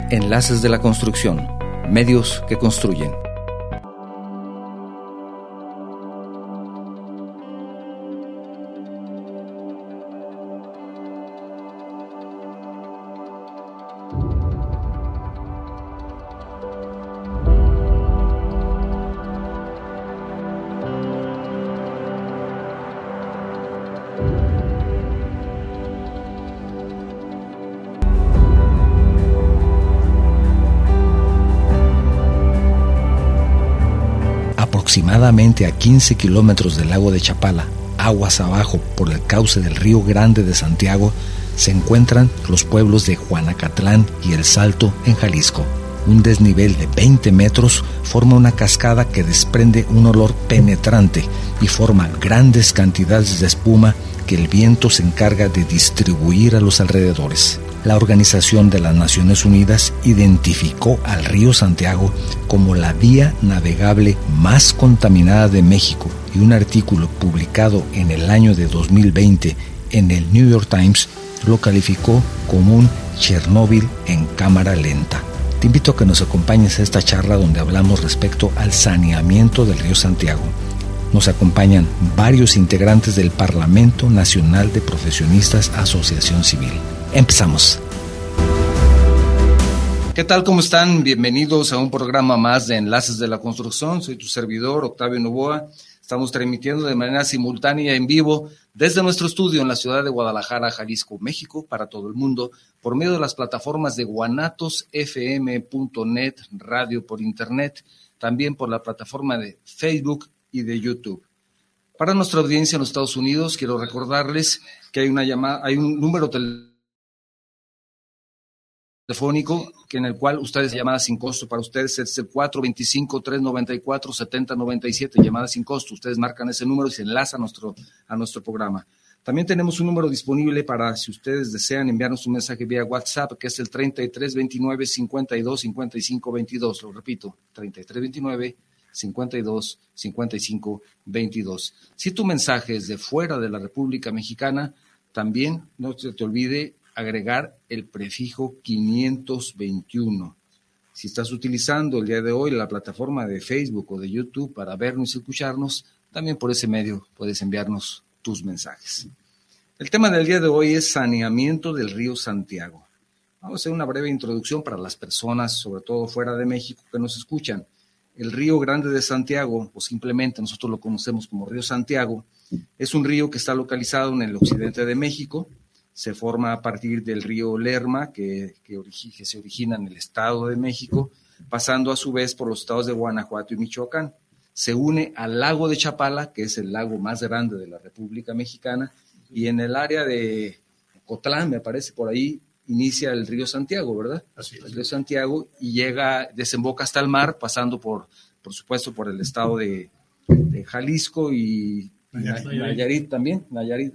Enlaces de la Construcción, medios que construyen. Aproximadamente a 15 kilómetros del lago de Chapala, aguas abajo por el cauce del Río Grande de Santiago, se encuentran los pueblos de Juanacatlán y El Salto en Jalisco. Un desnivel de 20 metros forma una cascada que desprende un olor penetrante y forma grandes cantidades de espuma que el viento se encarga de distribuir a los alrededores. La Organización de las Naciones Unidas identificó al río Santiago como la vía navegable más contaminada de México, y un artículo publicado en el año de 2020 en el New York Times lo calificó como un Chernóbil en cámara lenta. Te invito a que nos acompañes a esta charla donde hablamos respecto al saneamiento del río Santiago. Nos acompañan varios integrantes del Parlamento Nacional de Profesionistas Asociación Civil. Empezamos. ¿Qué tal? ¿Cómo están? Bienvenidos a un programa más de Enlaces de la Construcción. Soy tu servidor, Octavio Novoa. Estamos transmitiendo de manera simultánea en vivo desde nuestro estudio en la ciudad de Guadalajara, Jalisco, México, para todo el mundo, por medio de las plataformas de guanatosfm.net, radio por internet, también por la plataforma de Facebook y de YouTube. Para nuestra audiencia en los Estados Unidos, quiero recordarles que hay un número telefónico en el cual ustedes llamadas sin costo. Para ustedes es el 425-394-7097, llamadas sin costo. Ustedes marcan ese número y se enlaza a nuestro programa. También tenemos un número disponible para si ustedes desean enviarnos un mensaje vía WhatsApp, que es el 3329-525522. Lo repito, 3329-525522. Si tu mensaje es de fuera de la República Mexicana, también no se te olvide agregar el prefijo 521. Si estás utilizando el día de hoy la plataforma de Facebook o de YouTube para vernos y escucharnos, también por ese medio puedes enviarnos tus mensajes. El tema del día de hoy es saneamiento del río Santiago. Vamos a hacer una breve introducción para las personas, sobre todo fuera de México, que nos escuchan. El Río Grande de Santiago, o simplemente nosotros lo conocemos como Río Santiago, es un río que está localizado en el occidente de México. Se forma a partir del río Lerma, que se origina en el Estado de México, pasando a su vez por los estados de Guanajuato y Michoacán. Se une al lago de Chapala, que es el lago más grande de la República Mexicana, y en el área de Cotlán, me parece, por ahí inicia el río Santiago, ¿verdad? Así es. El río Santiago, y desemboca hasta el mar, pasando por supuesto, por el estado de Jalisco y Nayarit también, Nayarit,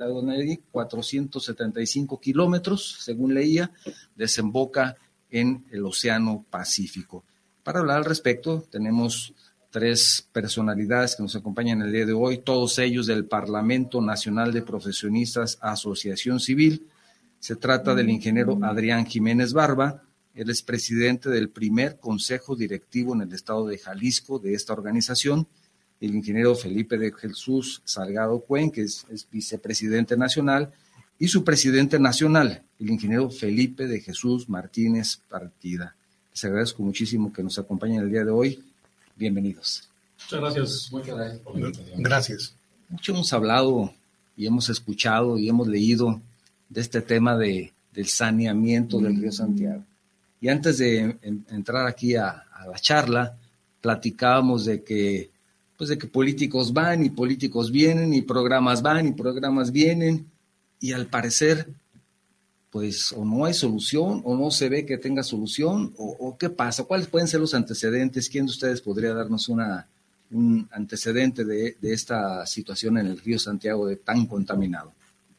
475 kilómetros, según leía, desemboca en el Océano Pacífico. Para hablar al respecto, tenemos tres personalidades que nos acompañan el día de hoy, todos ellos del Parlamento Nacional de Profesionistas Asociación Civil. Se trata del ingeniero Adrián Jiménez Barba. Él es presidente del primer consejo directivo en el estado de Jalisco de esta organización. El ingeniero Felipe de Jesús Salgado Cuen, que es vicepresidente nacional, y su presidente nacional, el ingeniero Felipe de Jesús Martínez Partida. Les agradezco muchísimo que nos acompañen el día de hoy. Bienvenidos. Muchas gracias. Muchas gracias por la invitación. Gracias. Mucho hemos hablado y hemos escuchado y hemos leído de este tema del saneamiento del río Santiago. Y antes de entrar aquí a la charla, platicábamos de que políticos van y políticos vienen y programas van y programas vienen, y al parecer pues o no hay solución o no se ve que tenga solución, o qué pasa, cuáles pueden ser los antecedentes. ¿Quién de ustedes podría darnos un antecedente de esta situación en el río Santiago de tan contaminado?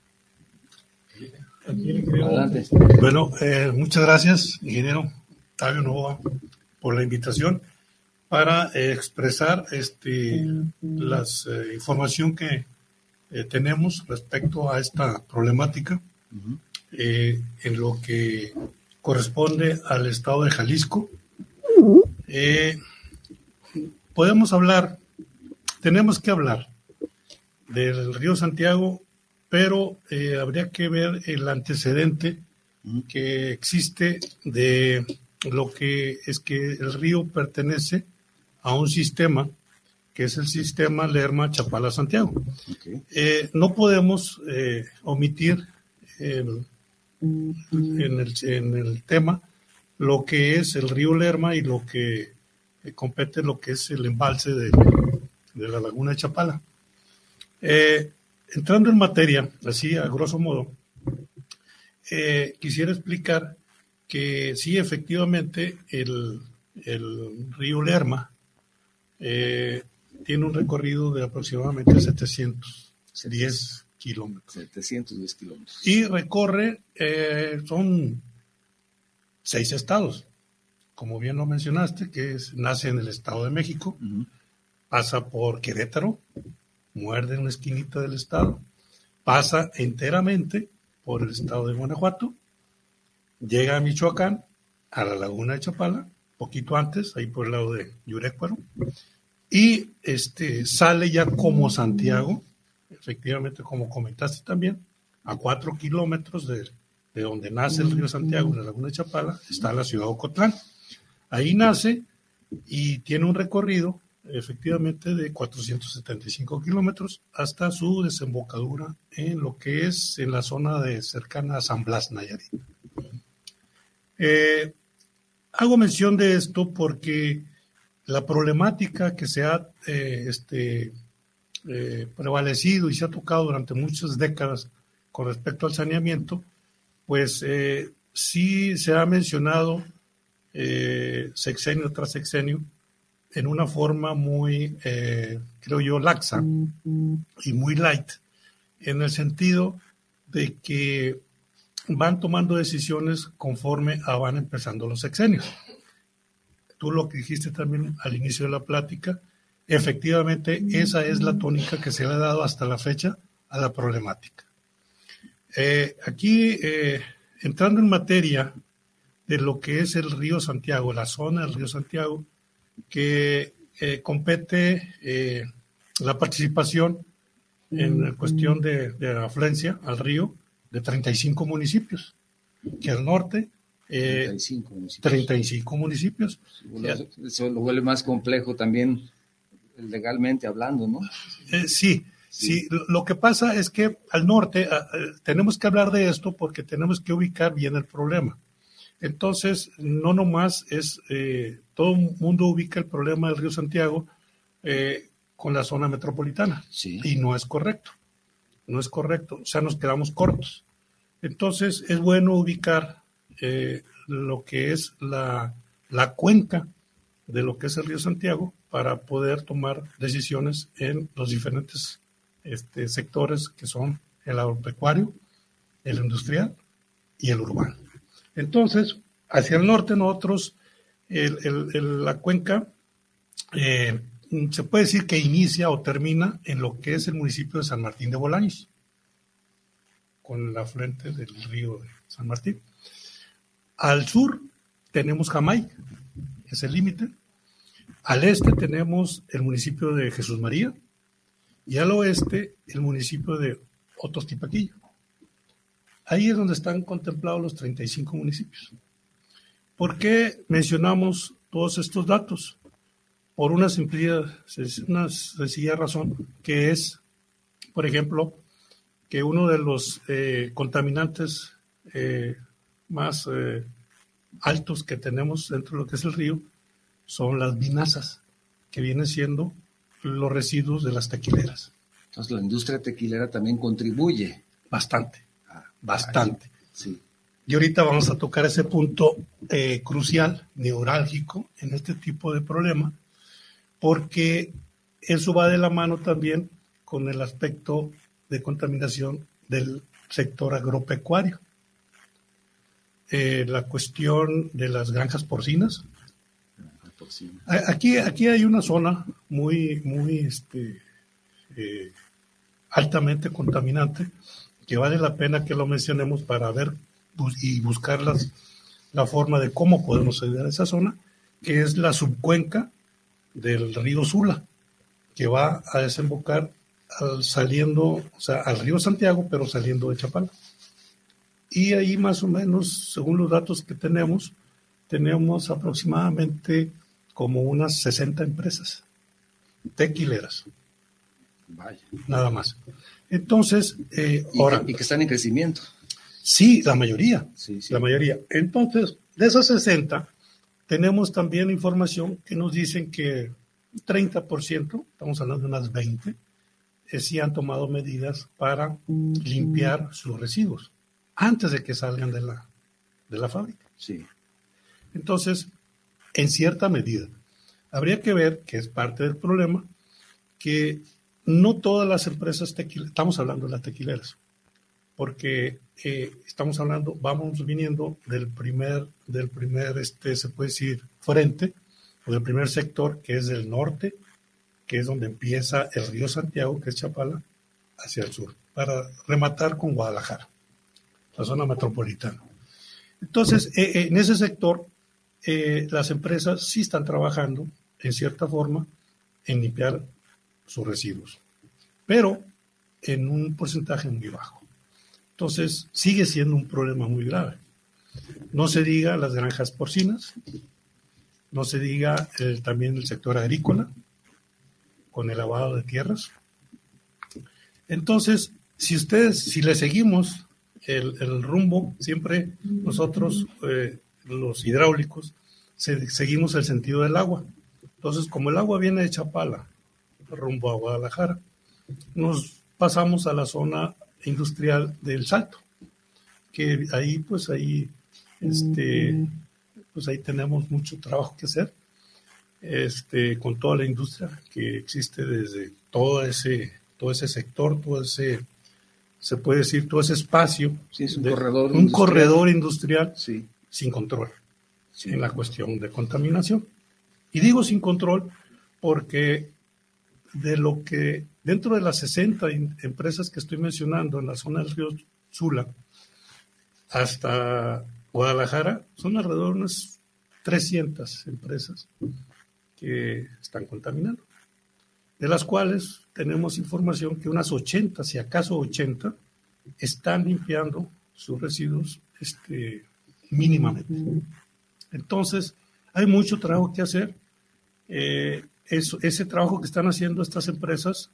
Adelante. Bueno, muchas gracias, ingeniero Octavio Novoa, por la invitación para expresar la información que tenemos respecto a esta problemática. En lo que corresponde al estado de Jalisco. Tenemos que hablar del río Santiago, pero habría que ver el antecedente que existe de lo que es que el río pertenece a un sistema que es el sistema Lerma-Chapala-Santiago. Okay. No podemos omitir en el tema lo que es el río Lerma y lo que compete lo que es el embalse de la laguna de Chapala. Entrando en materia, así a grosso modo, quisiera explicar que sí, efectivamente, el río Lerma tiene un recorrido de aproximadamente 710 kilómetros. 710 kilómetros. Y recorre, son 6 estados, como bien lo mencionaste, que nace en el Estado de México, pasa por Querétaro, muerde en una esquinita del estado, pasa enteramente por el estado de Guanajuato, llega a Michoacán, a la laguna de Chapala, poquito antes, ahí por el lado de Yurecuaro, y sale ya como Santiago, efectivamente, como comentaste también, a 4 kilómetros de donde nace el río Santiago, en la laguna de Chapala, está la ciudad de Ocotlán. Ahí nace y tiene un recorrido, efectivamente, de 475 kilómetros hasta su desembocadura en lo que es en la zona cercana a San Blas, Nayarit. Hago mención de esto porque la problemática que se ha prevalecido y se ha tocado durante muchas décadas con respecto al saneamiento, pues sí se ha mencionado sexenio tras sexenio en una forma muy, creo yo, laxa y muy light, en el sentido de que van tomando decisiones conforme van empezando los sexenios. Tú lo que dijiste también al inicio de la plática, efectivamente esa es la tónica que se le ha dado hasta la fecha a la problemática. Aquí, entrando en materia de lo que es el río Santiago, la zona del río Santiago, que compete la participación en cuestión de afluencia al río de 35 municipios, que al norte 35 municipios. Eso lo vuelve más complejo también legalmente hablando, ¿no? Sí. Lo que pasa es que al norte tenemos que hablar de esto porque tenemos que ubicar bien el problema. Entonces, no nomás es, todo el mundo ubica el problema del río Santiago con la zona metropolitana, sí. Y no es correcto, o sea, nos quedamos cortos. Entonces, es bueno ubicar lo que es la cuenca de lo que es el río Santiago para poder tomar decisiones en los diferentes sectores que son el agropecuario, el industrial y el urbano. Entonces, hacia el norte nosotros, la cuenca se puede decir que inicia o termina en lo que es el municipio de San Martín de Bolaños, con el afluente del río de San Martín. Al sur tenemos Jamaica, es el límite. Al este tenemos el municipio de Jesús María y al oeste el municipio de Otos-Tipaquillo. Ahí es donde están contemplados los 35 municipios. ¿Por qué mencionamos todos estos datos? Por una sencilla razón, que es, por ejemplo, que uno de los contaminantes más altos que tenemos dentro de lo que es el río son las vinazas, que vienen siendo los residuos de las tequileras. Entonces la industria tequilera también contribuye. Bastante. Sí. Y ahorita vamos a tocar ese punto crucial, neurálgico, en este tipo de problema, porque eso va de la mano también con el aspecto de contaminación del sector agropecuario. La cuestión de las granjas porcinas. Aquí hay una zona muy altamente contaminante, que vale la pena que lo mencionemos para ver y buscar las la forma de cómo podemos ayudar a esa zona, que es la subcuenca del río Sula, que va a desembocar al río Santiago, pero saliendo de Chapala. Y ahí más o menos, según los datos que tenemos aproximadamente como unas 60 empresas tequileras. Vaya. Nada más. Entonces, y que están en crecimiento. Sí, la mayoría. Sí. La mayoría. Entonces, de esas 60, tenemos también información que nos dicen que 30%, estamos hablando de unas 20, sí han tomado medidas para limpiar sus residuos antes de que salgan de la fábrica. Sí. Entonces, en cierta medida, habría que ver, que es parte del problema, que no todas las empresas tequileras, estamos hablando de las tequileras, porque vamos viniendo del primer, se puede decir, frente, o del primer sector, que es del norte, que es donde empieza el río Santiago, que es Chapala, hacia el sur, para rematar con Guadalajara, la zona metropolitana. Entonces, en ese sector, las empresas sí están trabajando, en cierta forma, en limpiar sus residuos, pero en un porcentaje muy bajo. Entonces, sigue siendo un problema muy grave. No se diga las granjas porcinas, no se diga también el sector agrícola, con el lavado de tierras. Entonces, si le seguimos el rumbo, siempre nosotros, los hidráulicos, seguimos el sentido del agua. Entonces, como el agua viene de Chapala, rumbo a Guadalajara, nos pasamos a la zona industrial del Salto, que ahí tenemos mucho trabajo que hacer, con toda la industria que existe desde todo ese sector, se puede decir, todo ese espacio. Sí, es un corredor industrial sí, sin control, sí, en la cuestión de contaminación. Y digo sin control porque dentro de las 60 empresas que estoy mencionando en la zona del río Sula hasta Guadalajara, son alrededor de unas 300 empresas que están contaminando, de las cuales tenemos información que unas 80, si acaso 80, están limpiando sus residuos mínimamente. Entonces, hay mucho trabajo que hacer. Ese trabajo que están haciendo estas empresas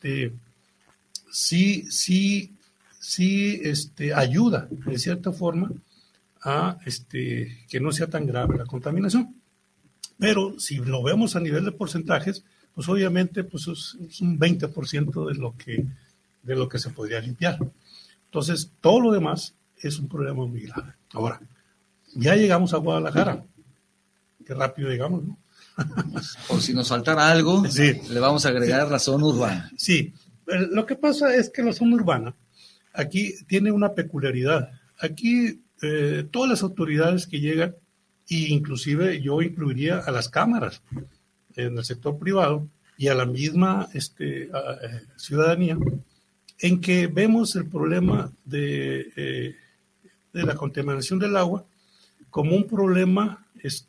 sí ayuda, de cierta forma, a que no sea tan grave la contaminación. Pero si lo vemos a nivel de porcentajes, pues obviamente pues es un 20% de lo que se podría limpiar. Entonces, todo lo demás es un problema muy grave. Ahora, ya llegamos a Guadalajara. Qué rápido llegamos, ¿no? Por si nos faltara algo, sí, le vamos a agregar la zona urbana. Sí, lo que pasa es que la zona urbana aquí tiene una peculiaridad. Aquí todas las autoridades que llegan, e inclusive yo incluiría a las cámaras en el sector privado y a la misma ciudadanía, en que vemos el problema de la contaminación del agua como un problema,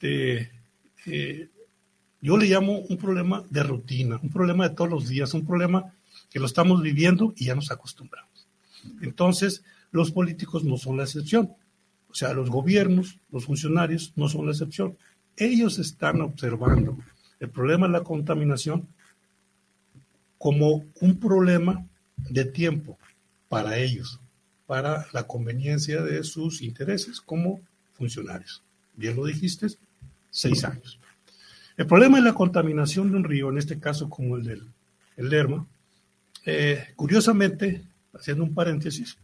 yo le llamo un problema de rutina, un problema de todos los días, un problema que lo estamos viviendo y ya nos acostumbramos. Entonces, los políticos no son la excepción. O sea, los gobiernos, los funcionarios no son la excepción. Ellos están observando el problema de la contaminación como un problema de tiempo para ellos, para la conveniencia de sus intereses como funcionarios. Bien lo dijiste, 6 años. El problema de la contaminación de un río, en este caso como el del Lerma, curiosamente, haciendo un paréntesis,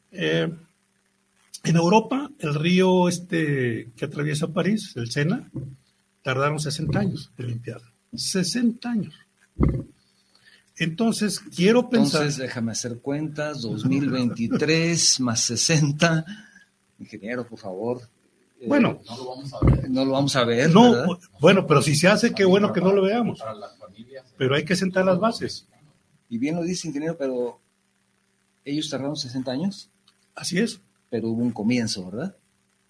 en Europa, el río que atraviesa París, el Sena, tardaron 60 años en limpiarlo. 60 años. Entonces, quiero pensar... Entonces, déjame hacer cuentas, 2023 más 60. Ingeniero, por favor. Bueno, no lo vamos a ver. No lo vamos a ver, no, ¿verdad? Bueno, pero si se hace, qué bueno que no lo veamos. Pero hay que sentar las bases. Y bien lo dice, ingeniero, pero ellos tardaron 60 años. Así es. Pero hubo un comienzo, ¿verdad?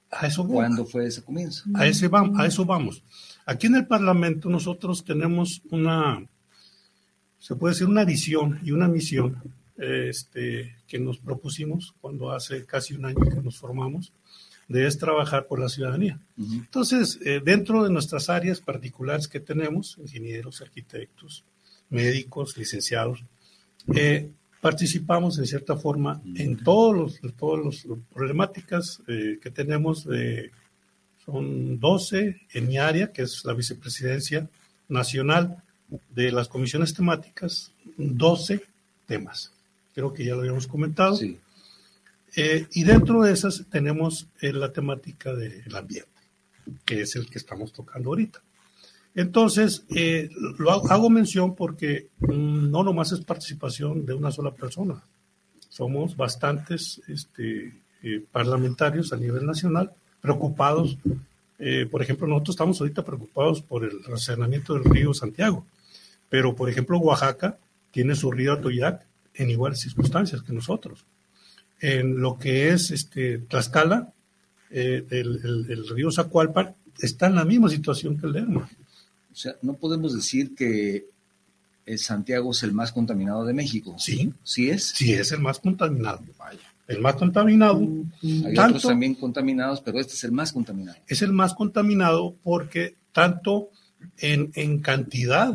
A eso voy. ¿Cuándo fue ese comienzo? A eso vamos. Aquí en el Parlamento nosotros tenemos se puede decir una visión y una misión que nos propusimos cuando hace casi un año que nos formamos, es trabajar por la ciudadanía. Uh-huh. Entonces, dentro de nuestras áreas particulares que tenemos, ingenieros, arquitectos, médicos, licenciados, participamos en cierta forma en todas las problemáticas que tenemos. Son 12 en mi área, que es la vicepresidencia nacional de las comisiones temáticas, 12 temas. Creo que ya lo habíamos comentado. Sí. Y dentro de esas tenemos la temática del ambiente, que es el que estamos tocando ahorita. Entonces, hago mención porque no nomás es participación de una sola persona. Somos bastantes parlamentarios a nivel nacional preocupados. Por ejemplo, nosotros estamos ahorita preocupados por el racionamiento del río Santiago, pero, por ejemplo, Oaxaca tiene su río Atoyac en iguales circunstancias que nosotros. En lo que es Tlaxcala, el río Zacualpan está en la misma situación que el Lerma. O sea, no podemos decir que el Santiago es el más contaminado de México. Sí. ¿Sí es? Sí, es el más contaminado. Vaya. El más contaminado. Hay otros también contaminados, pero este es el más contaminado. Es el más contaminado porque tanto en cantidad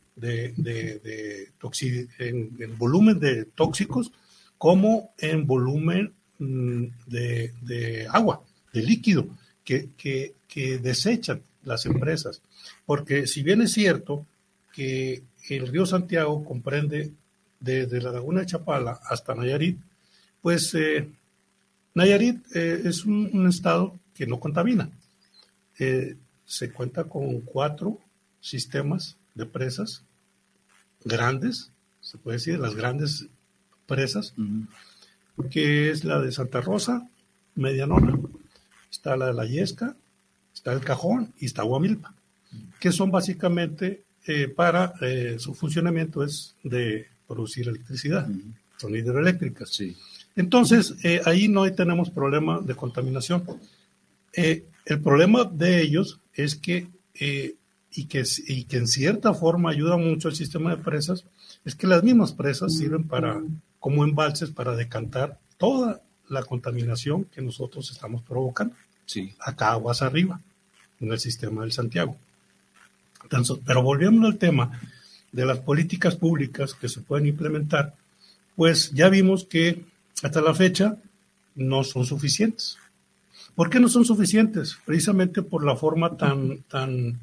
en volumen de tóxicos como en volumen de agua, de líquido que desechan las empresas. Porque si bien es cierto que el río Santiago comprende desde la laguna de Chapala hasta Nayarit, pues Nayarit es un estado que no contamina. Se cuenta con 4 sistemas de presas grandes, se puede decir, las grandes presas, uh-huh, que es la de Santa Rosa, Medianona, está la de La Yesca, está el Cajón y está Guamilpa, que son básicamente para su funcionamiento es de producir electricidad, uh-huh, son hidroeléctricas. Sí. Entonces, ahí no tenemos problema de contaminación. El problema de ellos es que en cierta forma ayuda mucho al sistema de presas, es que las mismas presas sirven como embalses para decantar toda la contaminación que nosotros estamos provocando. Sí. Acá aguas arriba, en el sistema del Santiago. Entonces, pero volviendo al tema de las políticas públicas que se pueden implementar, pues ya vimos que hasta la fecha no son suficientes. ¿Por qué no son suficientes? Precisamente por la forma tan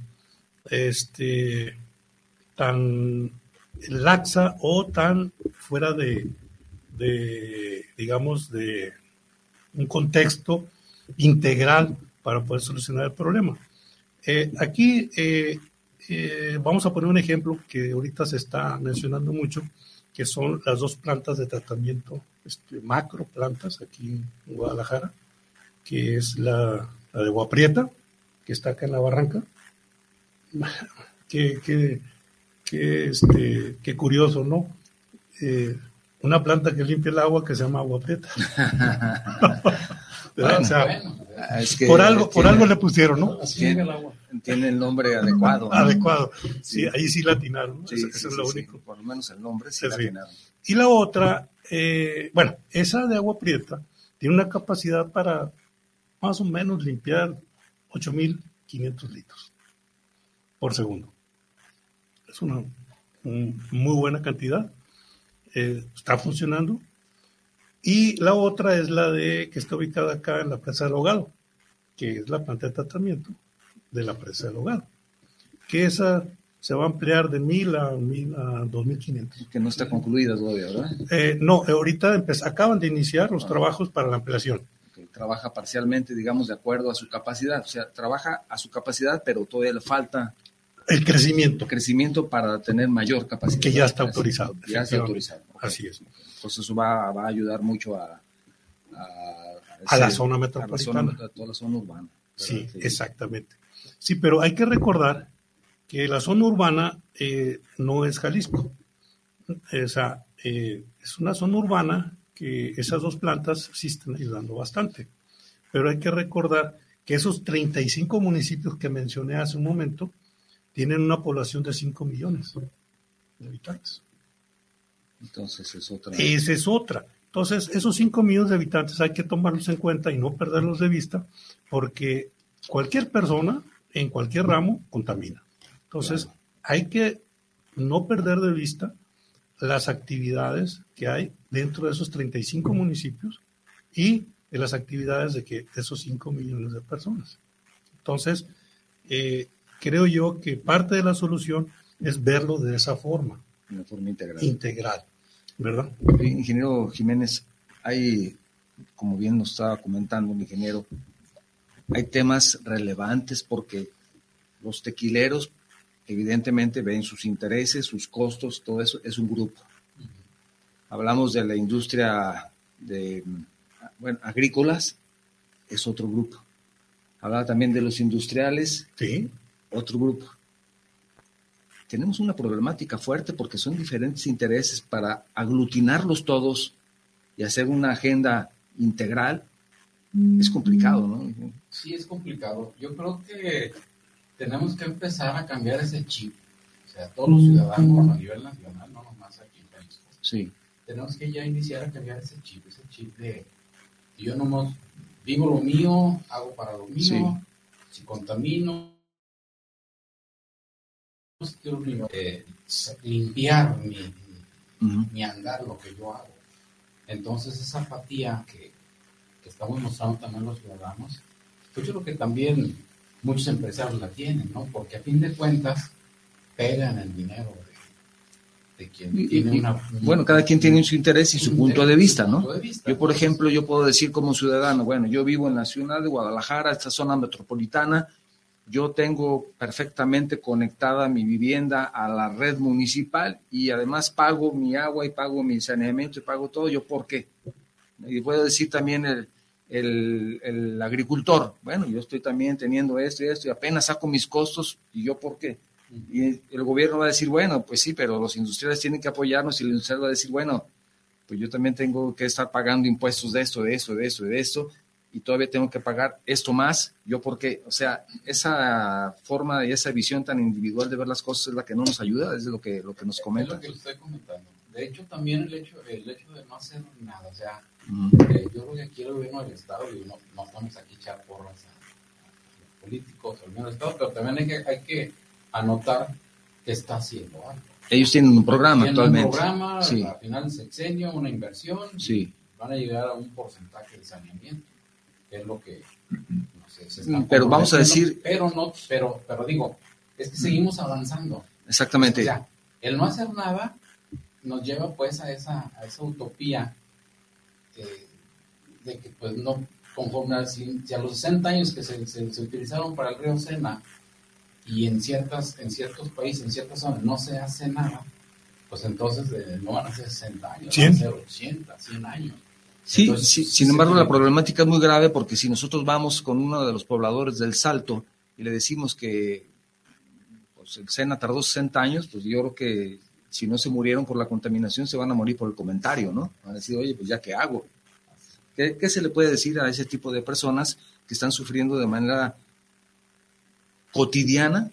laxa o tan fuera de digamos, de un contexto integral para poder solucionar el problema. Aquí vamos a poner un ejemplo que ahorita se está mencionando mucho, que son las 2 plantas de tratamiento, macro plantas aquí en Guadalajara, que es la de Agua Prieta, que está acá en la barranca. Qué curioso, ¿no? Una planta que limpia el agua que se llama Agua Prieta. Bueno, o sea, es que por algo le pusieron, ¿no? Tiene el nombre adecuado, ¿no? Adecuado. Sí, ahí sí latinaron, ¿no? Sí, eso es lo único. Por lo menos el nombre sí latinaron. Y la otra, esa de Agua Prieta tiene una capacidad para más o menos limpiar 8,500 litros por segundo. Es una muy buena cantidad. Está funcionando. Y la otra es la que está ubicada acá en la presa del Ahogado, que es la planta de tratamiento de la presa del Ahogado, que esa se va a ampliar de 1,000 a 2,500. Que no está concluida todavía, ¿verdad? No, ahorita acaban de iniciar los trabajos para la ampliación. Okay. Trabaja parcialmente, digamos, de acuerdo a su capacidad. O sea, trabaja a su capacidad, pero todavía le falta el crecimiento. Crecimiento para tener mayor capacidad. Que ya está autorizado. Ya está autorizado. Okay. Así es. Entonces eso va a ayudar mucho a la zona metropolitana. A toda la zona urbana. Sí, exactamente. Sí, pero hay que recordar que la zona urbana no es Jalisco. Es una zona urbana que esas 2 plantas sí están ayudando bastante. pero hay que recordar que esos 35 municipios que mencioné hace un momento tienen una población de 5 millones de habitantes. Entonces es otra. Esa es otra. Entonces, esos 5 millones de habitantes hay que tomarlos en cuenta y no perderlos de vista, porque cualquier persona en cualquier ramo contamina. Entonces, claro, hay que no perder de vista las actividades que hay dentro de esos 35 municipios y de las actividades de esos 5 millones de personas. Entonces, creo yo que parte de la solución es verlo de esa forma. De una forma integral. Integral, ¿verdad? Ingeniero Jiménez, hay, como bien nos estaba comentando el ingeniero, hay temas relevantes porque los tequileros evidentemente ven sus intereses, sus costos, todo eso es un grupo. Hablamos de la industria agrícolas, es otro grupo. Hablaba también de los industriales, sí, otro grupo. Tenemos una problemática fuerte porque son diferentes intereses. Para aglutinarlos todos y hacer una agenda integral es complicado, ¿no? Sí, es complicado. Yo creo que tenemos que empezar a cambiar ese chip. O sea, todos los ciudadanos a nivel nacional, no nomás aquí en Jalisco. Sí. Tenemos que ya iniciar a cambiar ese chip de yo nomás vivo lo mío, hago para lo mío, sí, si contamino, quiero limpiar mi andar, lo que yo hago. Entonces esa apatía que estamos mostrando también los ciudadanos, pues yo creo que también muchos empresarios la tienen, ¿no? Porque a fin de cuentas pegan el dinero de quien tiene bueno, cada quien tiene su interés y su punto de vista, ¿no? Yo, por ejemplo, yo puedo decir como ciudadano, bueno, yo vivo en la ciudad de Guadalajara, esta zona metropolitana, yo tengo perfectamente conectada mi vivienda a la red municipal y además pago mi agua y pago mi saneamiento y pago todo. ¿Yo por qué? Y puedo decir también el agricultor, bueno, yo estoy también teniendo esto y apenas saco mis costos, ¿y yo por qué? Y el gobierno va a decir, bueno, pues sí, pero los industriales tienen que apoyarnos, y el industrial va a decir, bueno, pues yo también tengo que estar pagando impuestos de esto, y todavía tengo que pagar esto más, ¿yo por qué? O sea, esa forma y esa visión tan individual de ver las cosas es la que no nos ayuda, es lo que nos comenta. Es lo que le estoy comentando. De hecho, también el hecho de no hacer nada, o sea, yo creo que aquí el gobierno del Estado, y no estamos aquí echar porras a los políticos, al gobierno del Estado, pero también hay que anotar que está haciendo algo. Ellos tienen un programa actualmente. Un programa, sí, al final del sexenio, una inversión, sí, van a llegar a un porcentaje de saneamiento, que es lo que, no sé, se está pero vamos a decir... Pero digo, es que seguimos avanzando. Exactamente. O sea, el no hacer nada nos lleva pues a esa utopía de que pues no, conforme si a los 60 años que se utilizaron para el río Sena, y en ciertos países, en ciertas zonas no se hace nada, pues entonces no van a ser 60 años, 100. Van a ser 80, 100 años. Sí, Entonces, sí, sin embargo la problemática es muy grave porque si nosotros vamos con uno de los pobladores del Salto y le decimos que pues, el Sena tardó 60 años, pues yo creo que si no se murieron por la contaminación se van a morir por el comentario, ¿no? Van a decir, oye, pues ya qué hago. ¿Qué se le puede decir a ese tipo de personas que están sufriendo de manera cotidiana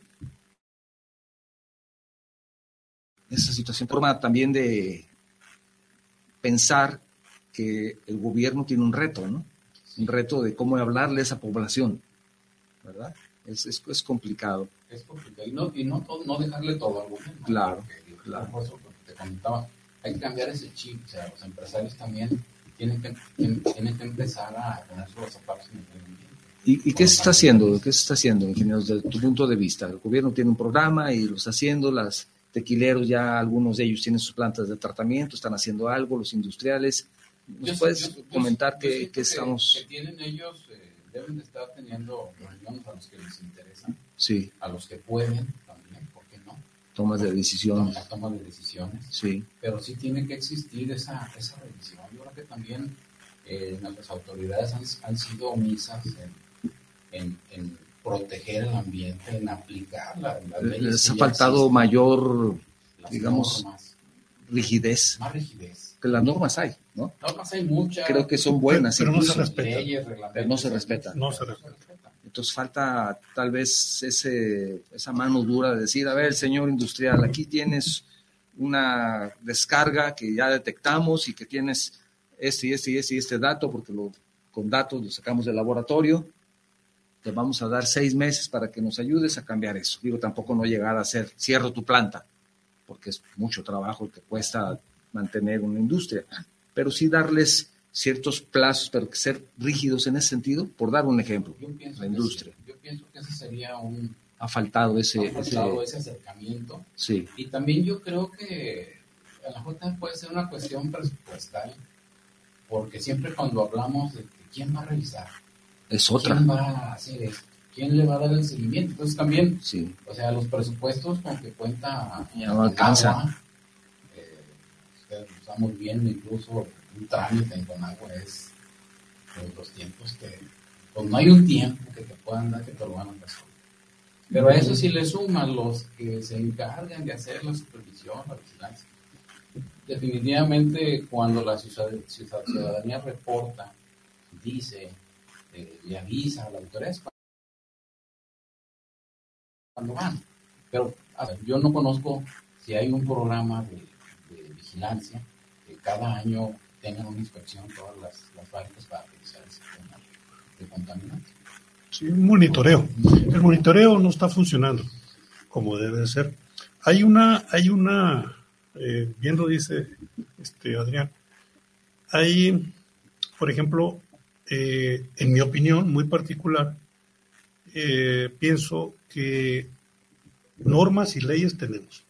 esa situación? Forma también de pensar que el gobierno tiene un reto, ¿no? Un reto de cómo hablarle a esa población, ¿verdad? Es complicado. Es complicado. Y no dejarle todo al gobierno. Claro, porque, claro. Por eso te comentaba, hay que cambiar ese chip. O sea, los empresarios también tienen que empezar a ponerse los zapatos en el medio ambiente. ¿Y qué se está haciendo? ¿Qué se está haciendo, ingeniero, desde tu punto de vista? El gobierno tiene un programa y lo está haciendo, las tequileros ya algunos de ellos tienen sus plantas de tratamiento, están haciendo algo, los industriales. ¿Nos puedes comentar qué estamos...? Que tienen ellos, deben de estar teniendo reuniones a los que les interesan, sí, a los que pueden también, ¿por qué no? Tomas de decisión. La toma de decisiones. Sí. Pero sí tiene que existir esa revisión. Yo creo que también nuestras autoridades han sido omisas en proteger el ambiente, en aplicar las leyes. Les ha faltado mayor, digamos, rigidez. Más rigidez. que las normas hay, ¿no? Normas hay muchas. Creo que son buenas, pero incluso, no se respetan. Leyes, pero no se respetan. No se respeta. Entonces falta tal vez esa mano dura de decir, a ver, señor industrial, aquí tienes una descarga que ya detectamos y que tienes este dato, porque con datos lo sacamos del laboratorio, te vamos a dar 6 meses para que nos ayudes a cambiar eso. Digo, tampoco no llegar a hacer, cierro tu planta, porque es mucho trabajo el que cuesta mantener una industria, pero sí darles ciertos plazos, pero que ser rígidos en ese sentido, por dar un ejemplo, la industria. Yo pienso que ese sería Ha faltado ese acercamiento. Sí. Y también yo creo que a lo mejor también puede ser una cuestión presupuestal, porque siempre cuando hablamos de quién va a revisar, Es otra. quién va a hacer esto, quién le va a dar el seguimiento. Entonces también, Sí. o sea, los presupuestos con que cuenta Ya no alcanza. Estamos viendo incluso un trámite en Conagua es los tiempos que, pues no hay un tiempo que te puedan dar que te lo van a resolver. Pero a eso sí le suman los que se encargan de hacer la supervisión, la vigilancia. Definitivamente cuando la ciudadanía reporta, dice, le avisa a la autoridad cuando van. Pero yo no conozco si hay un programa de vigilancia que cada año tengan una inspección todas las fábricas para revisar ese tema de contaminantes. Sí, un monitoreo. El monitoreo no está funcionando como debe de ser. Hay una, bien lo dice Adrián, hay, por ejemplo, en mi opinión muy particular, pienso que normas y leyes tenemos.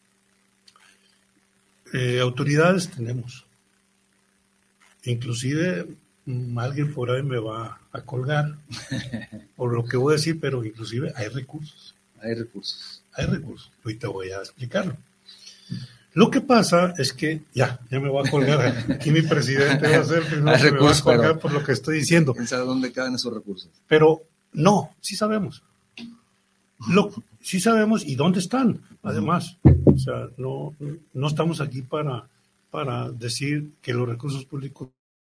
Autoridades tenemos. Inclusive alguien por ahí me va a colgar por lo que voy a decir, pero inclusive hay recursos. Hay recursos. Hoy te voy a explicarlo. Lo que pasa es que ya me va a colgar. Aquí mi presidente va a ser el primero que me va a colgar por lo que estoy diciendo. ¿Quién sabe dónde quedan esos recursos? Pero no, sí sabemos. Sí sabemos y dónde están, además. O sea, no estamos aquí para decir que los recursos públicos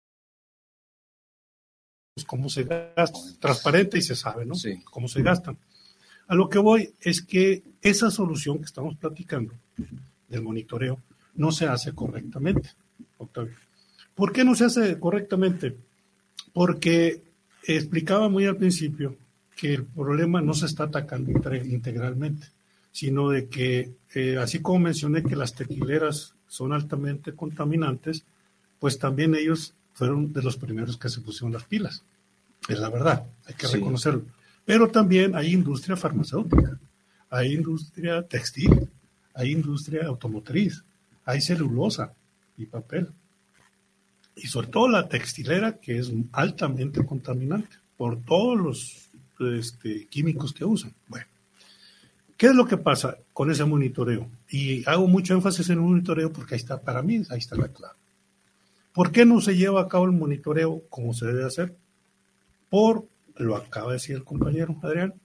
cómo se gastan, transparente y se sabe, ¿no? Sí. Cómo se gastan. A lo que voy es que esa solución que estamos platicando del monitoreo no se hace correctamente, Octavio. ¿Por qué no se hace correctamente? Porque explicaba muy al principio que el problema no se está atacando integralmente, sino de que, así como mencioné que las tequileras son altamente contaminantes, pues también ellos fueron de los primeros que se pusieron las pilas. Es la verdad, hay que reconocerlo. Pero también hay industria farmacéutica, hay industria textil, hay industria automotriz, hay celulosa y papel. Y sobre todo la textilera, que es altamente contaminante por todos los químicos que usan. Bueno, ¿qué es lo que pasa con ese monitoreo? Y hago mucho énfasis en el monitoreo porque para mí ahí está la clave. ¿Por qué no se lleva a cabo el monitoreo como se debe hacer? Lo acaba de decir el compañero Adrián,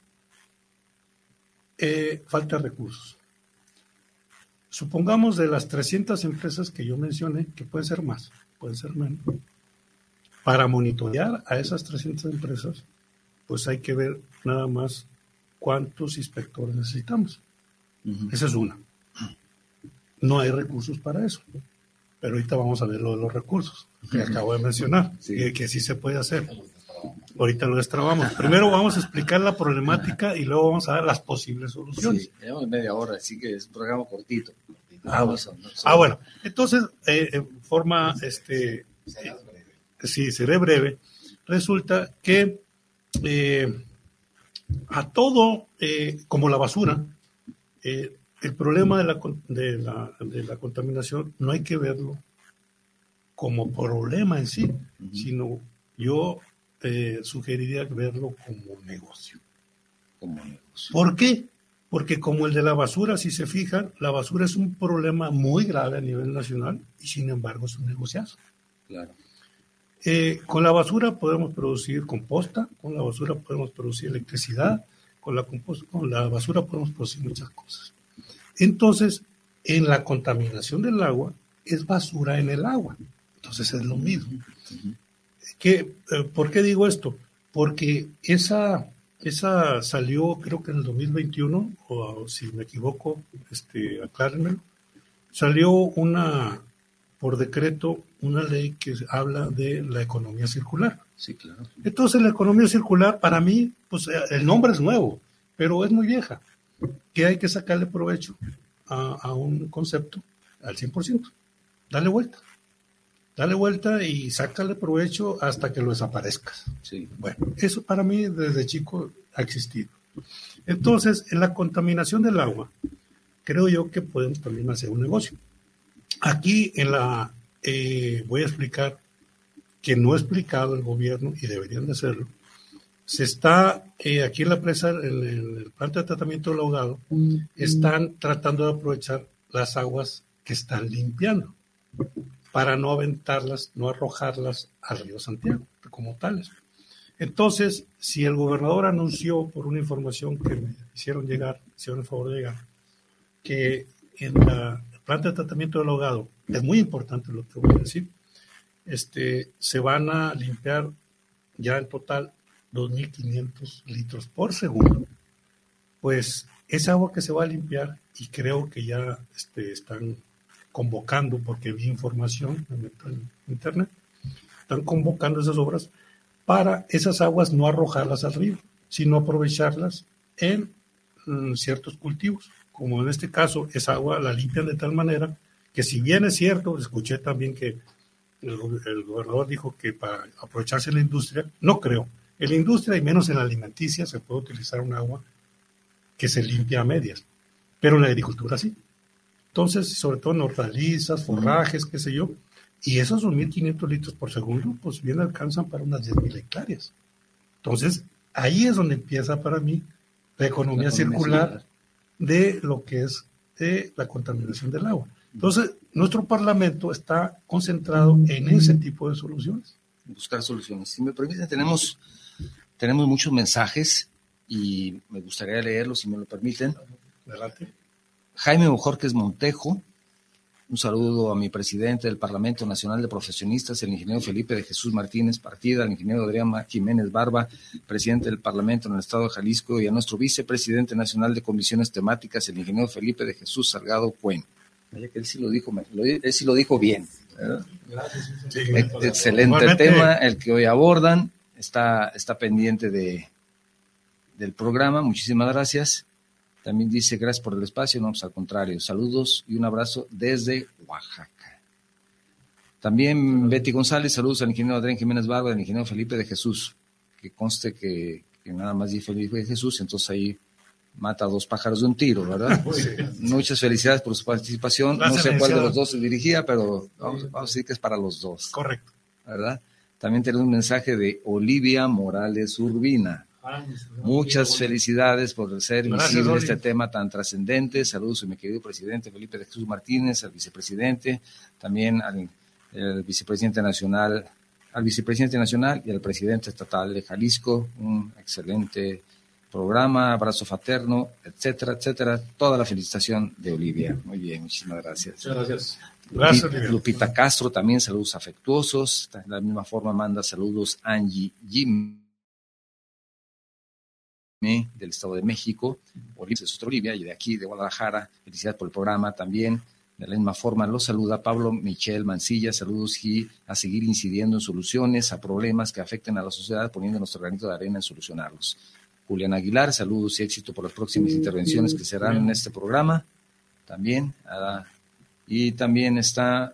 falta de recursos. Supongamos de las 300 empresas que yo mencioné, que pueden ser más, pueden ser menos, para monitorear a esas 300 empresas, pues hay que ver nada más cuántos inspectores necesitamos. Uh-huh. Esa es una. No hay recursos para eso. Pero ahorita vamos a ver lo de los recursos que acabo de mencionar, que sí se puede hacer. Ahorita lo destrabamos. Primero vamos a explicar la problemática y luego vamos a dar las posibles soluciones. Sí, llevamos media hora, así que es un programa cortito. Bueno. Entonces, en forma, seré breve. Resulta que a todo, como la basura, el problema de la contaminación no hay que verlo como problema en sí, uh-huh, sino yo sugeriría verlo como negocio. ¿Por qué? Porque como el de la basura, si se fijan, la basura es un problema muy grave a nivel nacional y sin embargo es un negociazo. Claro. Con la basura podemos producir composta, con la basura podemos producir electricidad, con la basura podemos producir muchas cosas. Entonces, en la contaminación del agua, es basura en el agua. Entonces es lo mismo. ¿Por qué digo esto? Porque esa salió, creo que en el 2021, o si me equivoco, aclárenmelo, salió por decreto, una ley que habla de la economía circular. Sí, claro. Entonces la economía circular, para mí, pues el nombre es nuevo, pero es muy vieja, que hay que sacarle provecho a un concepto al 100%. Dale vuelta y sácale provecho hasta que lo desaparezcas. Sí. Bueno, eso para mí desde chico ha existido. Entonces, en la contaminación del agua, creo yo que podemos también hacer un negocio. Aquí voy a explicar que no ha explicado el gobierno y deberían de hacerlo. Se está, aquí en la presa, en el planta de tratamiento del ahogado, están tratando de aprovechar las aguas que están limpiando para no aventarlas, no arrojarlas al río Santiago como tales. Entonces, si el gobernador anunció por una información que me hicieron el favor de llegar, que en la planta de tratamiento del ahogado, es muy importante lo que voy a decir, se van a limpiar ya en total 2.500 litros por segundo. Pues esa agua que se va a limpiar, y creo que ya están convocando, porque vi información en internet, están convocando esas obras para esas aguas no arrojarlas al río, sino aprovecharlas en ciertos cultivos, como en este caso, esa agua la limpian de tal manera que, si bien es cierto, escuché también que el gobernador dijo que para aprovecharse en la industria, no creo, en la industria y menos en la alimenticia se puede utilizar un agua que se limpia a medias, pero en la agricultura sí. Entonces, sobre todo en hortalizas, forrajes, qué sé yo, y esos 2.500 litros por segundo, pues bien alcanzan para unas 10.000 hectáreas. Entonces, ahí es donde empieza para mí la economía circular de lo que es la contaminación del agua. Entonces, nuestro Parlamento está concentrado en ese tipo de soluciones. Buscar soluciones. Si me permiten, tenemos muchos mensajes y me gustaría leerlos, si me lo permiten. Adelante. Jaime Bojorquez Montejo, un saludo a mi presidente del Parlamento Nacional de Profesionistas, el ingeniero Felipe de Jesús Martínez Partida, al ingeniero Adrián Jiménez Barba, presidente del Parlamento en el Estado de Jalisco, y a nuestro vicepresidente nacional de comisiones temáticas, el ingeniero Felipe de Jesús Salgado Cuen. Vaya que él sí lo dijo bien, ¿verdad? Gracias. Sí, excelente tema el que hoy abordan, está pendiente del programa, muchísimas gracias. También dice, gracias por el espacio, no, pues al contrario, saludos y un abrazo desde Oaxaca. También Betty González, saludos al ingeniero Adrián Jiménez Barba, al ingeniero Felipe de Jesús, que conste que nada más dice Felipe de Jesús, entonces ahí mata a dos pájaros de un tiro, ¿verdad? Sí. Muchas felicidades por su participación, gracias, no sé cuál de los dos se dirigía, pero vamos a decir que es para los dos. Correcto. ¿Verdad? También tenemos un mensaje de Olivia Morales Urbina. Muchas felicidades por ser visible este tema tan trascendente. Saludos a mi querido presidente Felipe de Jesús Martínez, al vicepresidente, también al vicepresidente nacional y al presidente estatal de Jalisco. Un excelente programa, abrazo fraterno, etcétera, etcétera. Toda la felicitación de Olivia. Muy bien, muchísimas gracias. Muchas gracias. Gracias, Lupita Castro, también saludos afectuosos. De la misma forma manda saludos Angie Jim, del Estado de México, Olivia, y de aquí, de Guadalajara, felicidades por el programa también. De la misma forma los saluda Pablo Michel Mancilla, saludos y a seguir incidiendo en soluciones a problemas que afecten a la sociedad, poniendo nuestro granito de arena en solucionarlos. Julián Aguilar, saludos y éxito por las próximas intervenciones que serán en este programa, también. Y también está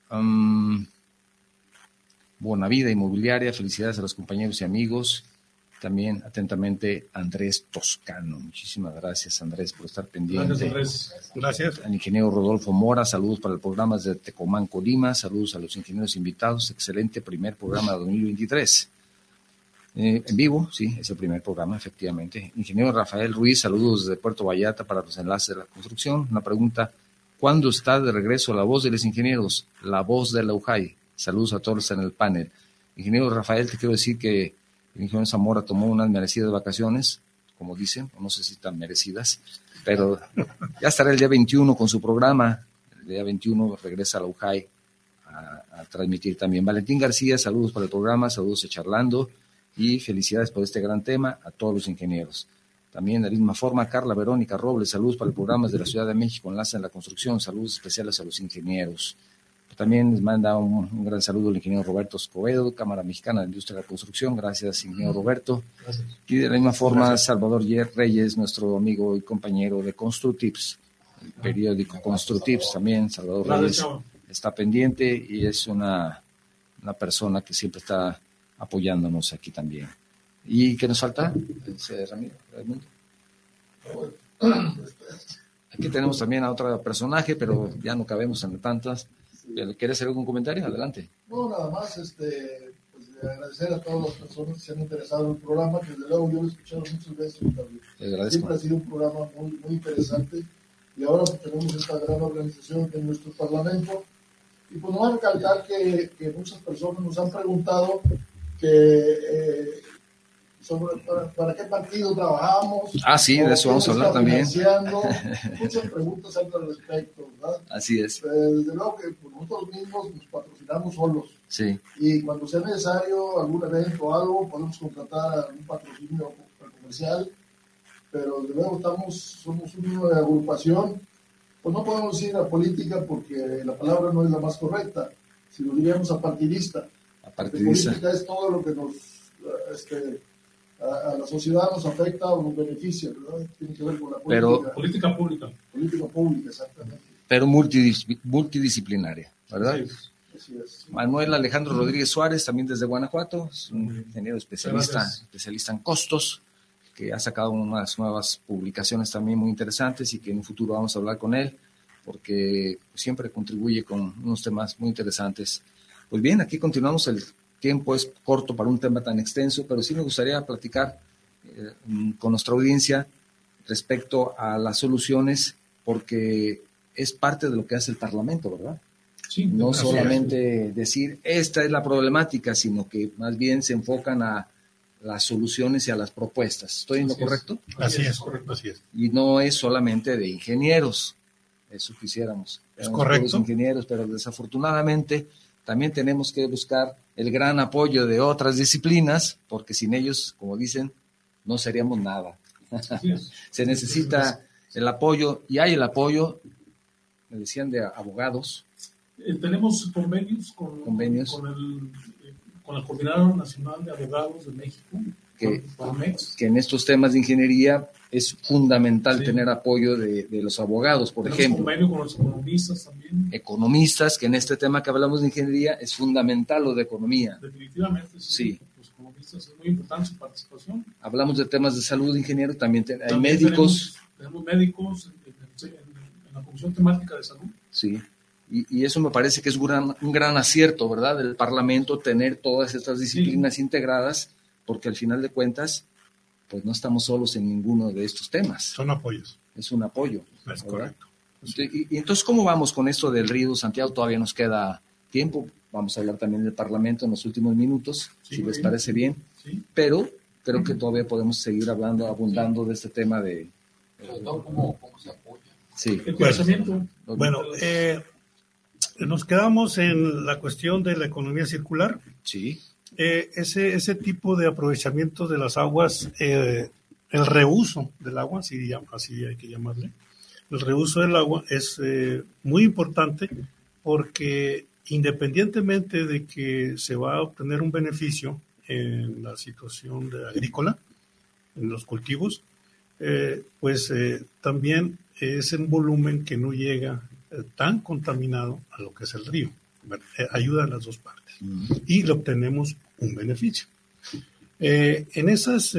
Bonavida Inmobiliaria, felicidades a los compañeros y amigos. También atentamente Andrés Toscano. Muchísimas gracias, Andrés, por estar pendiente. Gracias, Andrés. Gracias. Al ingeniero Rodolfo Mora, saludos para el programa desde Tecomán, Colima. Saludos a los ingenieros invitados. Excelente primer programa de 2023. En vivo, sí, es el primer programa, efectivamente. Ingeniero Rafael Ruiz, saludos desde Puerto Vallarta para los enlaces de la construcción. Una pregunta, ¿cuándo está de regreso la voz de los ingenieros? La voz de la UJAI. Saludos a todos en el panel. Ingeniero Rafael, te quiero decir que el ingeniero Zamora tomó unas merecidas vacaciones, como dicen, no sé si tan merecidas, pero ya estará el día 21 con su programa, el día 21 regresa a la UJAI a transmitir también. Valentín García, saludos para el programa, saludos a Charlando y felicidades por este gran tema a todos los ingenieros. También de la misma forma, Carla Verónica Robles, saludos para el programa de la Ciudad de México, Enlace en la Construcción, saludos especiales a los ingenieros. También les manda un gran saludo el ingeniero Roberto Escobedo, Cámara Mexicana de Industria de la Construcción, gracias ingeniero Roberto. Gracias. Y de la misma forma, gracias. Salvador Reyes, nuestro amigo y compañero de Construtips, el periódico Construtips también, Salvador Reyes está pendiente y es una persona que siempre está apoyándonos aquí también. ¿Y qué nos falta? Ramiro, aquí tenemos también a otro personaje, pero ya no cabemos en tantas. ¿Quieres hacer algún comentario? Adelante. No, nada más, pues, agradecer a todas las personas que se han interesado en el programa, que desde luego yo lo he escuchado muchas veces. Siempre ha sido un programa muy, muy interesante y ahora tenemos esta gran organización en nuestro Parlamento. Y pues nos va a recalcar que muchas personas nos han preguntado sobre para qué partido trabajamos. Sí, de eso vamos a hablar también. Muchas preguntas al respecto, ¿verdad? Así es. Desde luego que nosotros mismos nos patrocinamos solos. Sí. Y cuando sea necesario algún evento o algo, podemos contratar a un patrocinio comercial, pero desde luego somos una agrupación. Pues no podemos decir a política porque la palabra no es la más correcta, sino diríamos apartidista. Apartidista. Política es todo lo que nos a la sociedad nos afecta o nos beneficia, ¿verdad? Tiene que ver con la política. Política pública. Política pública, exactamente. Pero multidisciplinaria, ¿verdad? Sí, así es. Manuel Alejandro Rodríguez Suárez, también desde Guanajuato, es un ingeniero especialista en costos, que ha sacado unas nuevas publicaciones también muy interesantes y que en un futuro vamos a hablar con él, porque siempre contribuye con unos temas muy interesantes. Pues bien, aquí continuamos, el tiempo es corto para un tema tan extenso, pero sí me gustaría platicar con nuestra audiencia respecto a las soluciones, porque es parte de lo que hace el Parlamento, ¿verdad? Sí, no solamente decir, esta es la problemática, sino que más bien se enfocan a las soluciones y a las propuestas. ¿Estoy en lo correcto? Así es, correcto, así es. Y no es solamente de ingenieros, eso quisiéramos. Es correcto. Ingenieros, pero desafortunadamente también tenemos que buscar el gran apoyo de otras disciplinas, porque sin ellos, como dicen, no seríamos nada. Se necesita el apoyo, y hay el apoyo, me decían, de abogados. Tenemos convenios con la Coordinadora Nacional de Abogados de México, que en estos temas de ingeniería es fundamental tener apoyo de los abogados, por ejemplo. Convenio con los economistas también. Economistas, que en este tema que hablamos de ingeniería es fundamental lo de economía. Definitivamente, sí. Los economistas es muy importante su participación. Hablamos de temas de salud, ingeniero, también hay médicos. Tenemos médicos en la Comisión Temática de Salud. Sí. Y eso me parece que es un gran acierto, ¿verdad?, del Parlamento, tener todas estas disciplinas integradas, porque al final de cuentas, pues no estamos solos en ninguno de estos temas. Son apoyos. Es un apoyo. Es ¿verdad? Correcto. Y entonces, ¿cómo vamos con esto del Río Santiago? Todavía nos queda tiempo. Vamos a hablar también del Parlamento en los últimos minutos, si les parece bien. Sí. Pero creo que todavía podemos seguir abundando de este tema de... ¿Cómo se apoya? Sí. El pensamiento. Bueno, nos quedamos en la cuestión de la economía circular. Sí. Ese tipo de aprovechamiento de las aguas, el reuso del agua, así hay que llamarle, el reuso del agua es muy importante porque independientemente de que se va a obtener un beneficio en la situación agrícola, en los cultivos, también es un volumen que no llega tan contaminado a lo que es el río. Ayuda a las dos partes y le obtenemos un beneficio. En esos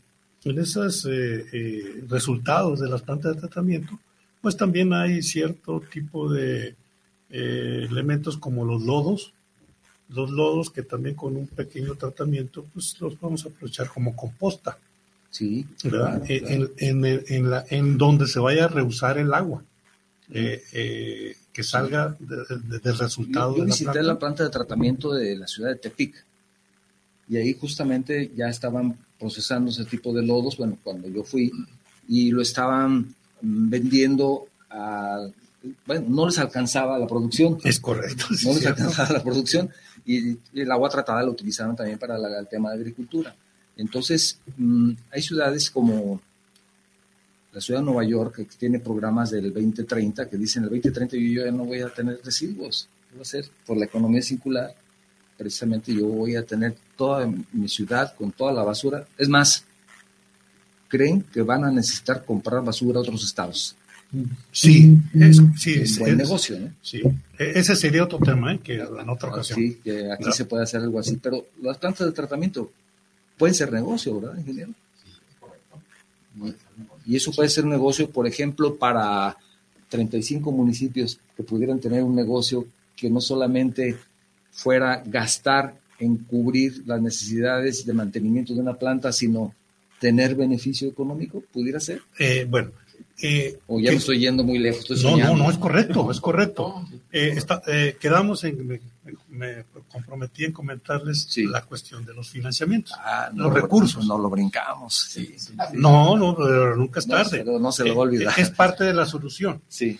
resultados de las plantas de tratamiento, pues también hay cierto tipo de elementos como los lodos que también con un pequeño tratamiento pues los podemos aprovechar como composta. Sí, ¿verdad? Claro. En donde se vaya a reusar el agua. Que salga del resultado. Yo visité la planta de tratamiento de la ciudad de Tepic y ahí justamente ya estaban procesando ese tipo de lodos, bueno, cuando yo fui, y lo estaban vendiendo a bueno, no les alcanzaba la producción. Es correcto. No les alcanzaba la producción y el agua tratada la utilizaron también para el tema de agricultura. Entonces, hay ciudades como la ciudad de Nueva York que tiene programas del 2030 que dicen el 2030 yo ya no voy a tener residuos. ¿Qué va a hacer? Por la economía circular, precisamente yo voy a tener toda mi ciudad con toda la basura. Es más, creen que van a necesitar comprar basura a otros estados. Sí, es buen negocio, ¿no? Sí, ese sería otro tema, que en otra ocasión. Sí, que aquí se puede hacer algo así, pero las plantas de tratamiento pueden ser negocio, ¿verdad, ingeniero? Sí, correcto. Y eso puede ser un negocio, por ejemplo, para 35 municipios que pudieran tener un negocio que no solamente fuera gastar en cubrir las necesidades de mantenimiento de una planta, sino tener beneficio económico, ¿pudiera ser? Bueno. O ya me estoy yendo muy lejos, estoy soñando. No, es correcto. Quedamos me comprometí en comentarles la cuestión de los financiamientos, los recursos. No lo brincamos. Sí. No, pero nunca es tarde. Pero no se lo va a olvidar. Es parte de la solución. Sí.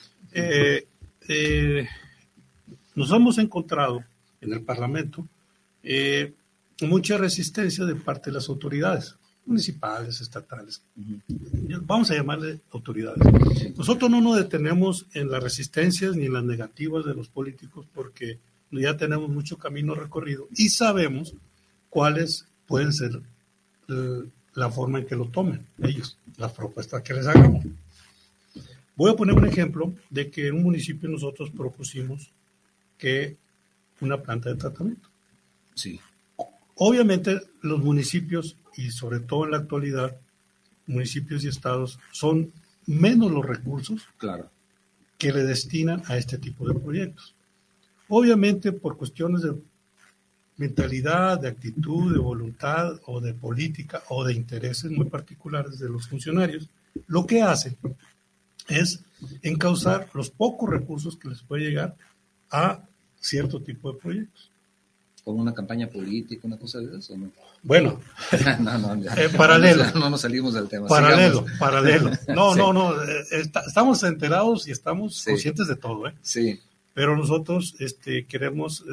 Nos hemos encontrado en el Parlamento mucha resistencia de parte de las autoridades municipales, estatales. Vamos a llamarle autoridades. Nosotros no nos detenemos en las resistencias ni en las negativas de los políticos porque ya tenemos mucho camino recorrido y sabemos cuáles pueden ser la forma en que lo tomen ellos, las propuestas que les hagamos. Voy a poner un ejemplo de que en un municipio nosotros propusimos que una planta de tratamiento. Sí. Obviamente los municipios, y sobre todo en la actualidad, municipios y estados, son menos los recursos que le destinan a este tipo de proyectos. Obviamente por cuestiones de mentalidad, de actitud, de voluntad o de política o de intereses muy particulares de los funcionarios, lo que hacen es encauzar los pocos recursos que les puede llegar a cierto tipo de proyectos. ¿Como una campaña política, una cosa de eso? ¿No? Bueno, paralelo. No nos salimos del tema. Paralelo. No. Estamos enterados y estamos conscientes de todo, ¿eh? Sí. Pero nosotros queremos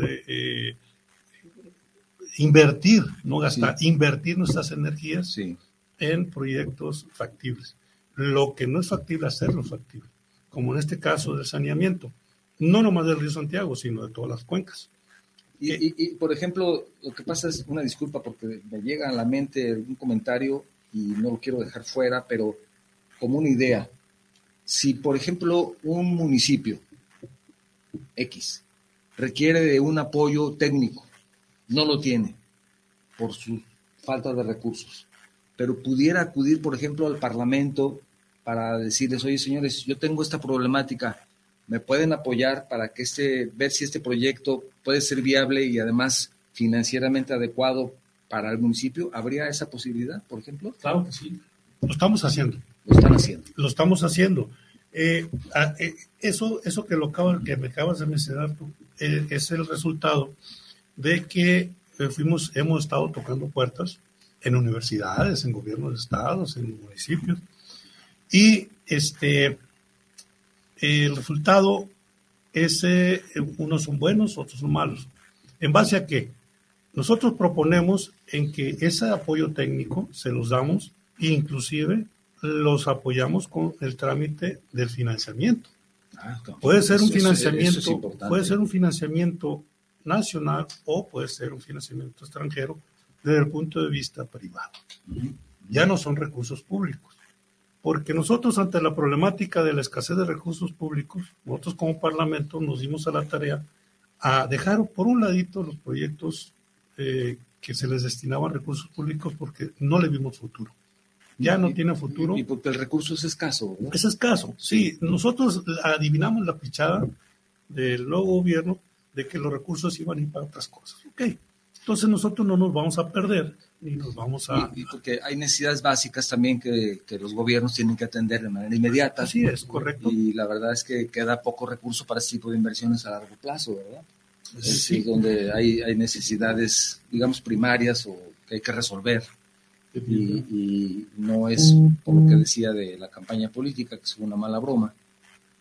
invertir, no gastar, invertir nuestras energías en proyectos factibles. Lo que no es factible, hacerlo factible. Como en este caso del saneamiento. No nomás del río Santiago, sino de todas las cuencas. Y, por ejemplo, lo que pasa es, una disculpa porque me llega a la mente un comentario y no lo quiero dejar fuera, pero como una idea. Si, por ejemplo, un municipio X requiere de un apoyo técnico, no lo tiene por su falta de recursos, pero pudiera acudir, por ejemplo, al Parlamento para decirles, oye, señores, yo tengo esta problemática, ¿me pueden apoyar para que ver si este proyecto puede ser viable y además financieramente adecuado para el municipio? ¿Habría esa posibilidad, por ejemplo? Claro que sí. Lo estamos haciendo. Lo estamos haciendo. Eso que me acabas de mencionar tú, es el resultado de que hemos estado tocando puertas en universidades, en gobiernos de estados, en municipios, y el resultado es, unos son buenos, otros son malos. ¿En base a qué? Nosotros proponemos en que ese apoyo técnico se los damos e inclusive los apoyamos con el trámite del financiamiento. Puede ser un financiamiento nacional o puede ser un financiamiento extranjero desde el punto de vista privado. Ya no son recursos públicos. Porque nosotros, ante la problemática de la escasez de recursos públicos, nosotros como Parlamento nos dimos a la tarea a dejar por un ladito los proyectos que se les destinaban recursos públicos porque no le vimos futuro. Ya no tiene futuro. Y porque el recurso es escaso, ¿verdad? Es escaso, sí. Nosotros adivinamos la pichada del nuevo gobierno de que los recursos iban a ir para otras cosas. Ok, entonces nosotros no nos vamos a perder ni nos vamos a... Y porque hay necesidades básicas también que los gobiernos tienen que atender de manera inmediata. Así es, correcto. Y la verdad es que queda poco recurso para este tipo de inversiones a largo plazo, ¿verdad? Sí. Donde hay necesidades, digamos, primarias o que hay que resolver. Y no es, por lo que decía de la campaña política, que es una mala broma,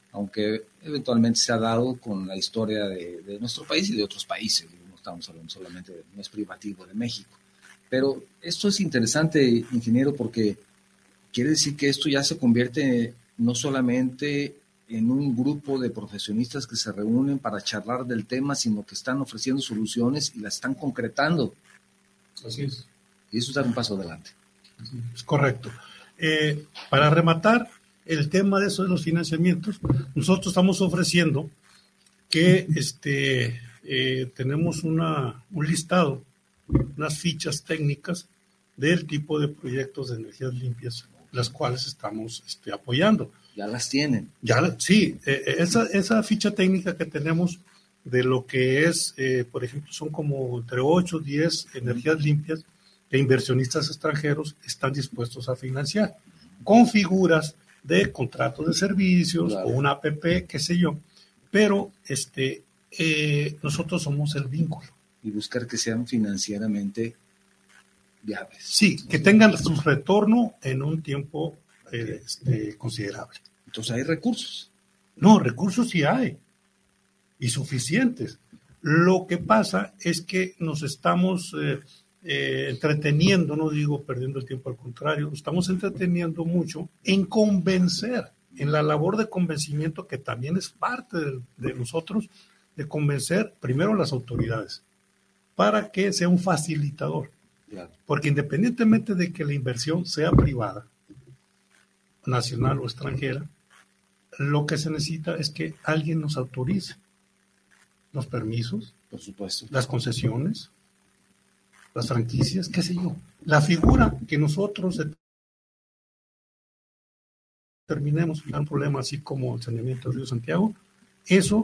aunque eventualmente se ha dado con la historia de nuestro país y de otros países. No estamos hablando solamente, no es privativo de México. Pero esto es interesante, ingeniero, porque quiere decir que esto ya se convierte no solamente en un grupo de profesionistas que se reúnen para charlar del tema, sino que están ofreciendo soluciones y las están concretando. Así es. Y eso es dar un paso adelante. Es correcto. Para rematar el tema de eso de los financiamientos, nosotros estamos ofreciendo que tenemos un listado, unas fichas técnicas del tipo de proyectos de energías limpias, las cuales estamos apoyando. Ya las tienen. Sí, esa ficha técnica que tenemos de lo que es, por ejemplo, son como entre 8 o 10 energías limpias que inversionistas extranjeros están dispuestos a financiar, con figuras de contratos de servicios, claro, o una APP, qué sé yo, pero nosotros somos el vínculo. Y buscar que sean financieramente viables. Sí, que tengan su retorno en un tiempo considerable. Entonces hay recursos. No, recursos sí hay, y suficientes. Lo que pasa es que nos estamos entreteniendo, no digo perdiendo el tiempo, al contrario, estamos entreteniendo mucho en convencer, en la labor de convencimiento que también es parte de nosotros, de convencer primero a las autoridades para que sea un facilitador. Claro. Porque independientemente de que la inversión sea privada, nacional o extranjera, lo que se necesita es que alguien nos autorice los permisos, por supuesto, las concesiones, las franquicias, qué sé yo. La figura que nosotros terminemos un problema así como el saneamiento del río Santiago, eso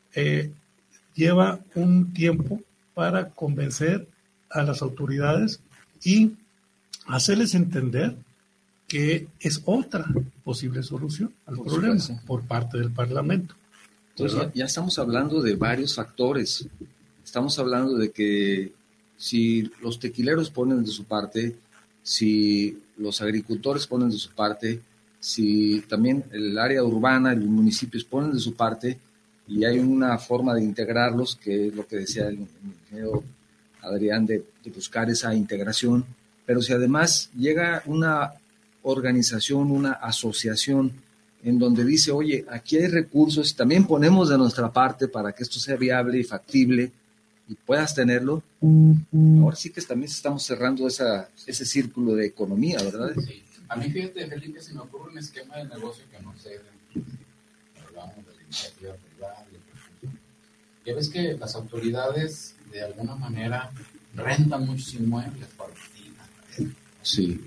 lleva un tiempo para convencer a las autoridades y hacerles entender que es otra posible solución al problema por parte del Parlamento. Entonces ya estamos hablando de varios factores. Estamos hablando de que si los tequileros ponen de su parte, si los agricultores ponen de su parte, si también el área urbana y los municipios ponen de su parte, y hay una forma de integrarlos, que es lo que decía el ingeniero Adrián, de buscar esa integración, pero si además llega una organización, una asociación en donde dice, oye, aquí hay recursos y también ponemos de nuestra parte para que esto sea viable y factible y puedas tenerlo, ahora sí que también estamos cerrando ese círculo de economía, ¿verdad? Sí. A mí, fíjate, Felipe, se me ocurre un esquema de negocio que no sé, hablamos de la iniciativa privada. Ya ves que las autoridades de alguna manera rentan muchos inmuebles para oficinas. Sí.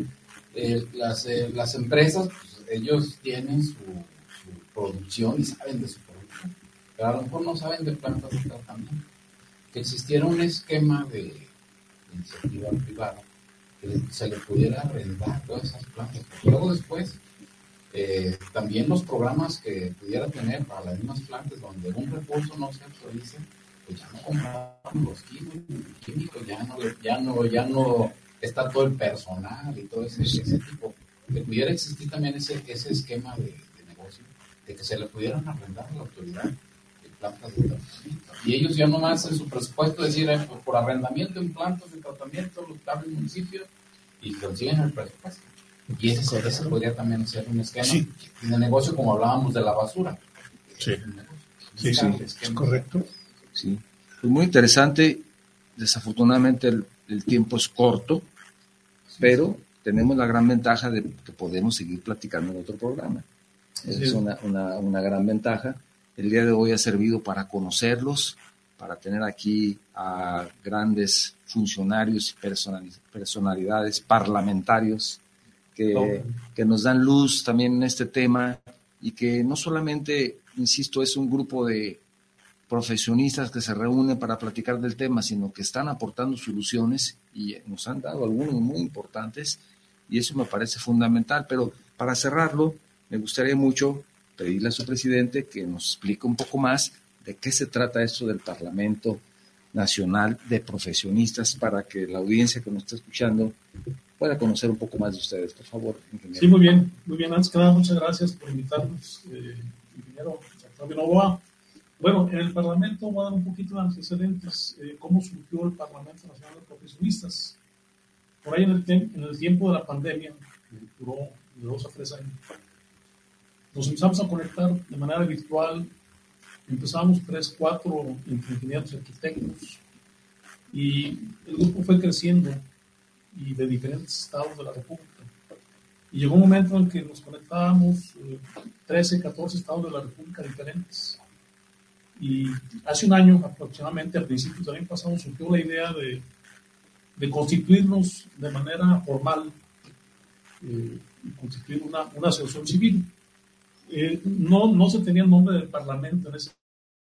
Las empresas, pues, ellos tienen su producción y saben de su producción, pero a lo mejor no saben de plantas de tratamiento. Que existiera un esquema de iniciativa privada que se le pudiera arrendar todas esas plantas. Luego después, también los programas que pudiera tener para las mismas plantas donde un recurso no se autorice, pues ya no compramos los químicos, ya no está todo el personal y todo ese tipo. Que pudiera existir también ese esquema de negocio, de que se le pudieran arrendar a la autoridad de plantas de tratamiento. Y ellos ya nomás en su presupuesto decir, por arrendamiento en plantas de tratamiento, los cables municipios, y consiguen el presupuesto. Y ese podría también ser un esquema de negocio, como hablábamos de la basura. Sí, es correcto. Sí, pues muy interesante. Desafortunadamente el tiempo es corto, pero tenemos la gran ventaja de que podemos seguir platicando en otro programa. Es una gran ventaja. El día de hoy ha servido para conocerlos, para tener aquí a grandes funcionarios y personalidades parlamentarios que nos dan luz también en este tema y que no solamente, insisto, es un grupo de profesionistas que se reúnen para platicar del tema, sino que están aportando soluciones y nos han dado algunos muy importantes y eso me parece fundamental. Pero para cerrarlo, me gustaría mucho pedirle a su presidente que nos explique un poco más de qué se trata esto del Parlamento Nacional de Profesionistas para que la audiencia que nos está escuchando pueda conocer un poco más de ustedes, por favor, ingeniero. Sí, muy bien. Antes que nada, muchas gracias por invitarnos, ingeniero ingeniero Octavio Novoa. Bueno, en el Parlamento voy a dar un poquito de antecedentes, cómo surgió el Parlamento Nacional de Profesionistas. Por ahí en el tiempo de la pandemia, que duró de 2 a 3 años, nos empezamos a conectar de manera virtual. Empezamos 3, 4 ingenieros, arquitectos, y el grupo fue creciendo y de diferentes estados de la República. Y llegó un momento en que nos conectábamos 13, 14 estados de la República diferentes. Y hace un año aproximadamente, a principios del año pasado, surgió la idea de constituirnos de manera formal y constituir una asociación civil. No se tenía el nombre del Parlamento en ese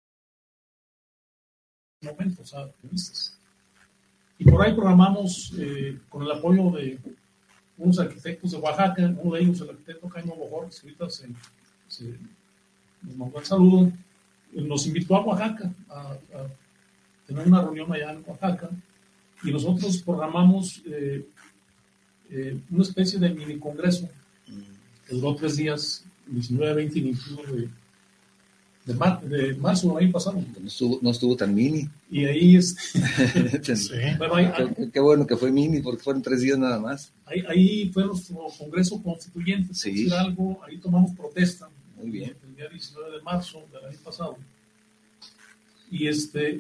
momento, o sea, feministas. Y por ahí programamos, con el apoyo de unos arquitectos de Oaxaca, uno de ellos, el arquitecto Jaime Bojor, que ahorita nos mandó el saludo, nos invitó a Oaxaca a tener una reunión allá en Oaxaca, y nosotros programamos una especie de mini congreso que duró 3 días, 19, 20 y 21 de marzo del año pasado. No estuvo tan mini. Y ahí sí. Bueno, qué bueno que fue mini, porque fueron 3 días nada más. Ahí fue nuestro congreso constituyente, sí. Decir algo, ahí tomamos protesta. Muy bien. El día 19 de marzo del año pasado. Y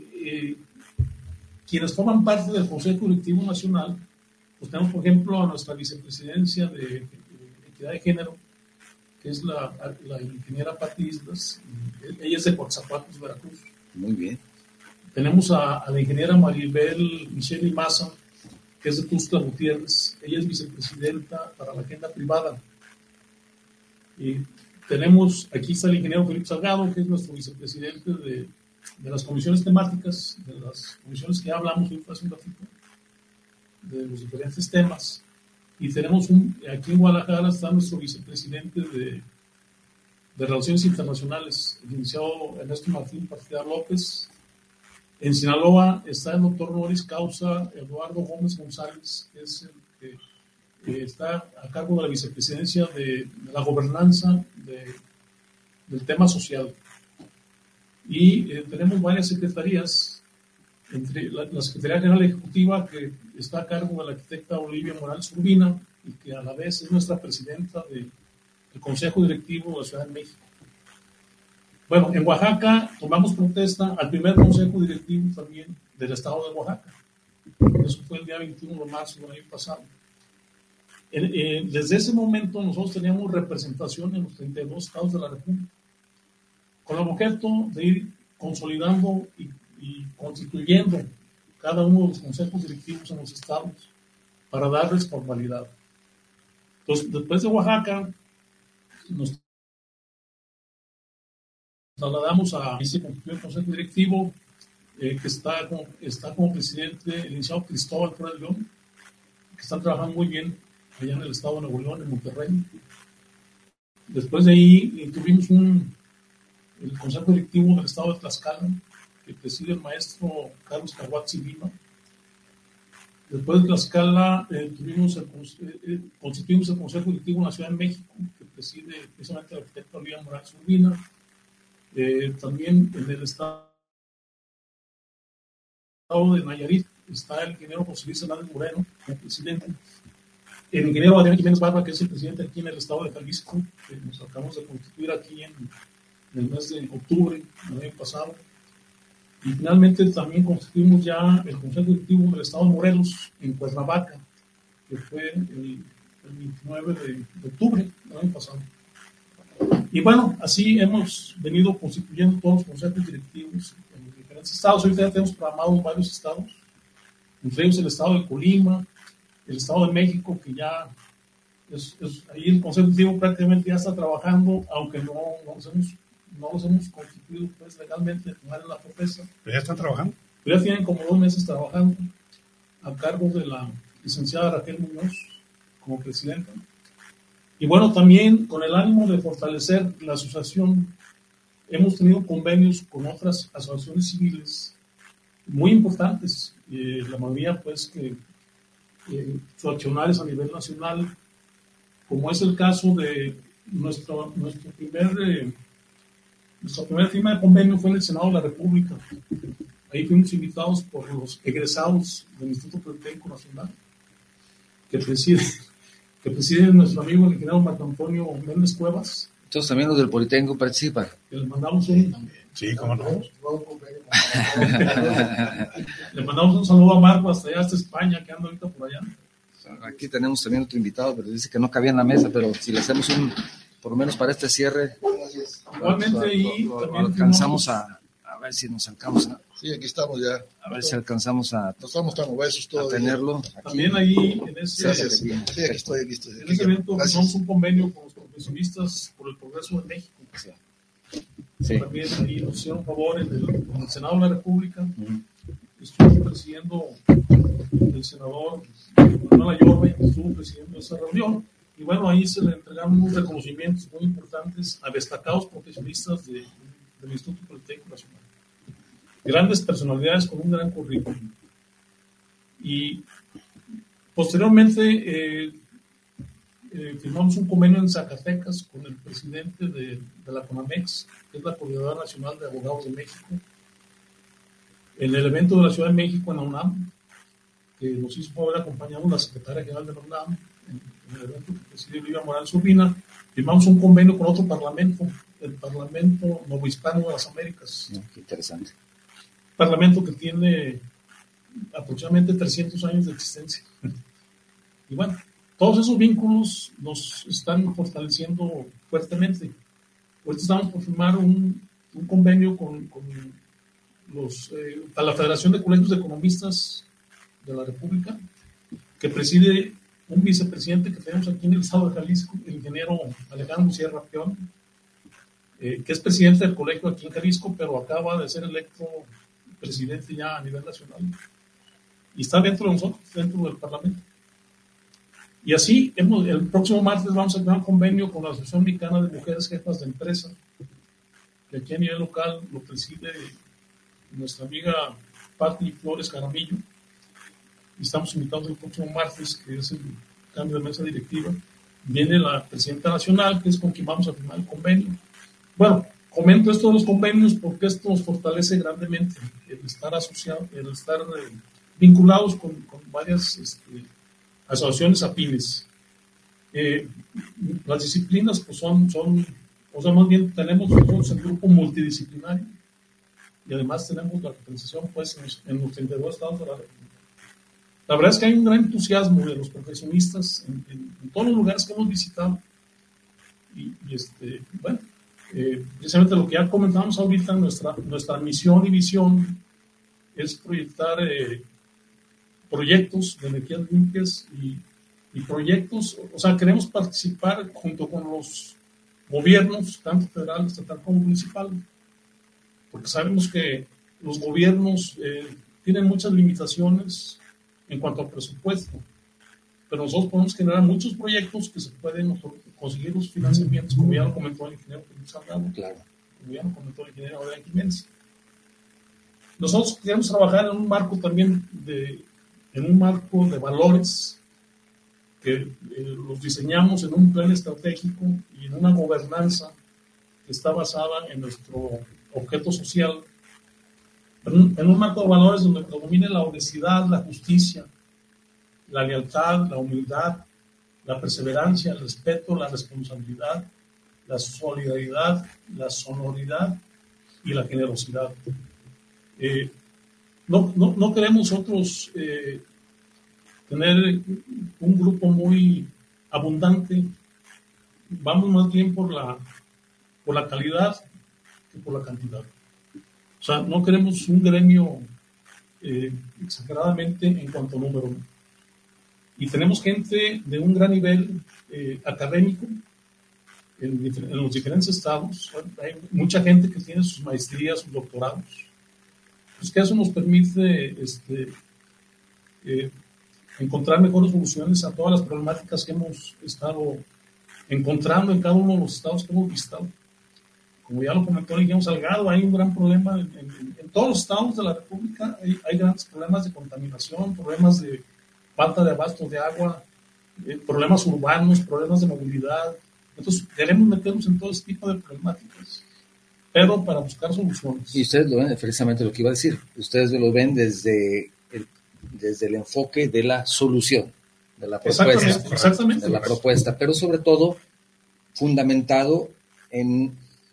quienes forman parte del Consejo Directivo Nacional, pues tenemos, por ejemplo, a nuestra vicepresidencia de Equidad de Género, que es la ingeniera Pati Islas. Ella es de Coatzacoalcos, Veracruz. Muy bien. Tenemos a la ingeniera Maribel Michelle Maza, que es de Tuxtla Gutiérrez. Ella es vicepresidenta para la agenda privada. Y tenemos, aquí está el ingeniero Felipe Salgado, que es nuestro vicepresidente de las comisiones temáticas, de las comisiones que ya hablamos hace un ratito, de los diferentes temas. Y tenemos aquí en Guadalajara está nuestro vicepresidente de Relaciones Internacionales, el licenciado Ernesto Martín Partida López. En Sinaloa está el doctor honoris causa Eduardo Gómez González, que es el que está a cargo de la vicepresidencia de la gobernanza del tema social. Y tenemos varias secretarías, entre la Secretaría General Ejecutiva, que está a cargo de la arquitecta Olivia Morales Urbina, y que a la vez es nuestra presidenta del Consejo Directivo de la Ciudad de México. Bueno, en Oaxaca tomamos protesta al primer Consejo Directivo también del Estado de Oaxaca. Eso fue el día 21 de marzo del año pasado. Desde ese momento nosotros teníamos representación en los 32 estados de la República, con el objeto de ir consolidando y constituyendo cada uno de los consejos directivos en los estados para darles formalidad. Entonces, después de Oaxaca, nos trasladamos a ese consejo directivo que está como presidente el licenciado Cristóbal Flores León, que están trabajando muy bien allá en el estado de Nuevo León, en Monterrey. Después de ahí tuvimos el consejo directivo del estado de Tlaxcala, que preside el maestro Carlos Caguazzi Lima. Después de Tlaxcala constituimos el Consejo Directivo en la Ciudad de México, que preside precisamente el arquitecto Olivia Morales Urbina. También en el estado de Nayarit está el ingeniero José Luis Hernández Moreno, como presidente. El ingeniero Adrián Jiménez Barba, que es el presidente aquí en el estado de Jalisco, que nos acabamos de constituir aquí en el mes de octubre del año pasado. Y finalmente también constituimos ya el Consejo Directivo del Estado de Morelos en Cuernavaca, que fue el 29 de octubre del año pasado. Y bueno, así hemos venido constituyendo todos los consejos directivos en los diferentes estados. Ahorita ya tenemos programados varios estados, entre ellos el estado de Colima, el estado de México, que ya ahí el consejo directivo prácticamente ya está trabajando, aunque no los hemos constituido pues, legalmente en la protesta. ¿Pero ya están trabajando? Pero ya tienen como 2 meses trabajando a cargo de la licenciada Raquel Muñoz como presidenta. Y bueno, también con el ánimo de fortalecer la asociación, hemos tenido convenios con otras asociaciones civiles muy importantes, la mayoría pues que son accionarios a nivel nacional, como es el caso de nuestro primer Nuestra primera firma de convenio fue en el Senado de la República. Ahí fuimos invitados por los egresados del Instituto Politécnico Nacional, que preside nuestro amigo el ingeniero Marco Antonio Méndez Cuevas. Entonces también los del Politécnico participan. Le mandamos un... Sí, cómo no. Le mandamos un saludo a Marco hasta allá, hasta España, que anda ahorita por allá. Aquí tenemos también otro invitado, pero dice que no cabía en la mesa, pero si le hacemos por lo menos para este cierre, igualmente ahí alcanzamos a ver si nos alcanzamos a... Sí, aquí estamos ya. A ver si alcanzamos a... No estamos tan obesos todavía. A tenerlo. También ahí, en ese... Sí, aquí estoy listo. En ese evento tenemos un convenio con los profesionistas por el progreso de México. Sí. También ahí nos hicieron favor en el Senado de la República. Estuvo presidiendo el senador Manuel Ayorbe, estuvo presidiendo esa reunión. Y bueno, ahí se le entregaron unos reconocimientos muy importantes a destacados profesionistas del Instituto Politécnico Nacional. Grandes personalidades con un gran currículum. Y posteriormente firmamos un convenio en Zacatecas con el presidente de la CONAMEX, que es la Coordinadora Nacional de Abogados de México, en el evento de la Ciudad de México en la UNAM, que nos hizo favor acompañamos la secretaria general de la UNAM, en el evento que presidió Olivia Morales Urbina. Firmamos un convenio con otro parlamento, el Parlamento Novohispano de las Américas. Qué interesante. Parlamento que tiene aproximadamente 300 años de existencia. Y bueno, todos esos vínculos nos están fortaleciendo fuertemente. Ahorita estamos por firmar un convenio con la Federación de Colegios de Economistas de la República, que preside un vicepresidente que tenemos aquí en el estado de Jalisco, el ingeniero Alejandro Sierra Peón, que es presidente del colegio aquí en Jalisco, pero acaba de ser electo presidente ya a nivel nacional. Y está dentro de nosotros, dentro del Parlamento. Y así, el próximo martes vamos a tener un convenio con la Asociación Mexicana de Mujeres Jefas de Empresa, que aquí a nivel local lo preside nuestra amiga Patti Flores Caramillo. Y estamos invitados el próximo martes, que es el cambio de mesa directiva. Viene la presidenta nacional, que es con quien vamos a firmar el convenio. Bueno, comento esto de los convenios porque esto nos fortalece grandemente, el estar asociados, el estar vinculados con varias asociaciones afines. Las disciplinas pues son, o sea, más bien tenemos nosotros el grupo multidisciplinario y además tenemos la organización pues en los 32 estados de la República. La verdad es que hay un gran entusiasmo de los profesionistas en todos los lugares que hemos visitado y bueno, precisamente lo que ya comentábamos ahorita, nuestra misión y visión es proyectar proyectos de energías limpias y proyectos, o sea, queremos participar junto con los gobiernos, tanto federal, estatal como municipal, porque sabemos que los gobiernos tienen muchas limitaciones en cuanto al presupuesto, pero nosotros podemos generar muchos proyectos que se pueden conseguir los financiamientos, como ya lo comentó el ingeniero Felipe Salgado, claro, como ya lo comentó el ingeniero Adrián Jiménez. Nosotros queremos trabajar en un marco también en un marco de valores que los diseñamos en un plan estratégico y en una gobernanza que está basada en nuestro objeto social, en un marco de valores donde predomine la honestidad, la justicia, la lealtad, la humildad, la perseverancia, el respeto, la responsabilidad, la solidaridad, la sonoridad y la generosidad. No queremos nosotros tener un grupo muy abundante, vamos más bien por la calidad que por la cantidad. O sea, no queremos un gremio exageradamente en cuanto a número. Y tenemos gente de un gran nivel académico en los diferentes estados. Hay mucha gente que tiene sus maestrías, sus doctorados. Pues que eso nos permite encontrar mejores soluciones a todas las problemáticas que hemos estado encontrando en cada uno de los estados que hemos visitado. Como ya lo comentó el ingeniero Salgado, hay un gran problema en todos los estados de la República. Hay grandes problemas de contaminación, problemas de falta de abasto de agua, problemas urbanos, problemas de movilidad. Entonces, queremos meternos en todo este tipo de problemáticas. pero para buscar soluciones. Y ustedes lo ven, precisamente lo que iba a decir, ustedes lo ven desde el enfoque de la solución, de la propuesta, exactamente. De la propuesta, pero sobre todo fundamentado en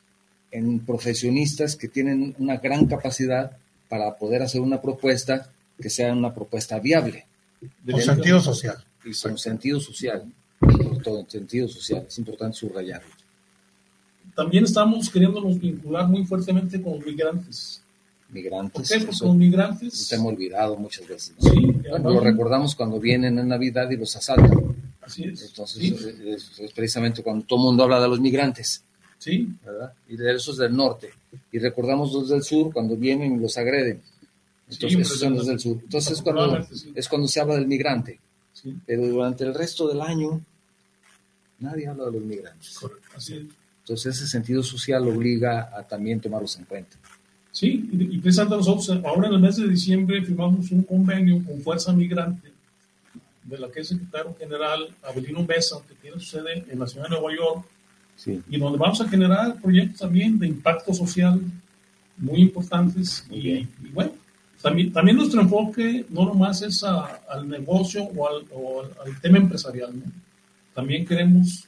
profesionistas que tienen una gran capacidad para poder hacer una propuesta que sea una propuesta viable. Con sentido social. Y con sentido social, sobre todo en sentido social, es importante subrayarlo. También estamos queriéndonos vincular muy fuertemente con los migrantes. Migrantes. ¿Por qué? Porque los migrantes... Nos hemos olvidado muchas veces, ¿no? Sí. Bueno, lo recordamos cuando vienen en Navidad y los asaltan. Así es. Entonces, sí. es precisamente cuando todo el mundo habla de los migrantes. Sí. ¿Verdad? Y de esos del norte. Y recordamos los del sur cuando vienen y los agreden. Entonces, esos son los del sur. Entonces, es cuando se habla del migrante. Sí. Pero durante el resto del año, nadie habla de los migrantes. Correcto. Así es. Entonces, ese sentido social obliga a también tomarlos en cuenta. Sí, y precisamente nosotros ahora en el mes de diciembre firmamos un convenio con Fuerza Migrante, de la que es secretario general Abelino Mesa, que tiene su sede en la ciudad de Nueva York, sí. Y donde vamos a generar proyectos también de impacto social muy importantes. Y bueno, también nuestro enfoque no nomás es al negocio o al tema empresarial, ¿no? También queremos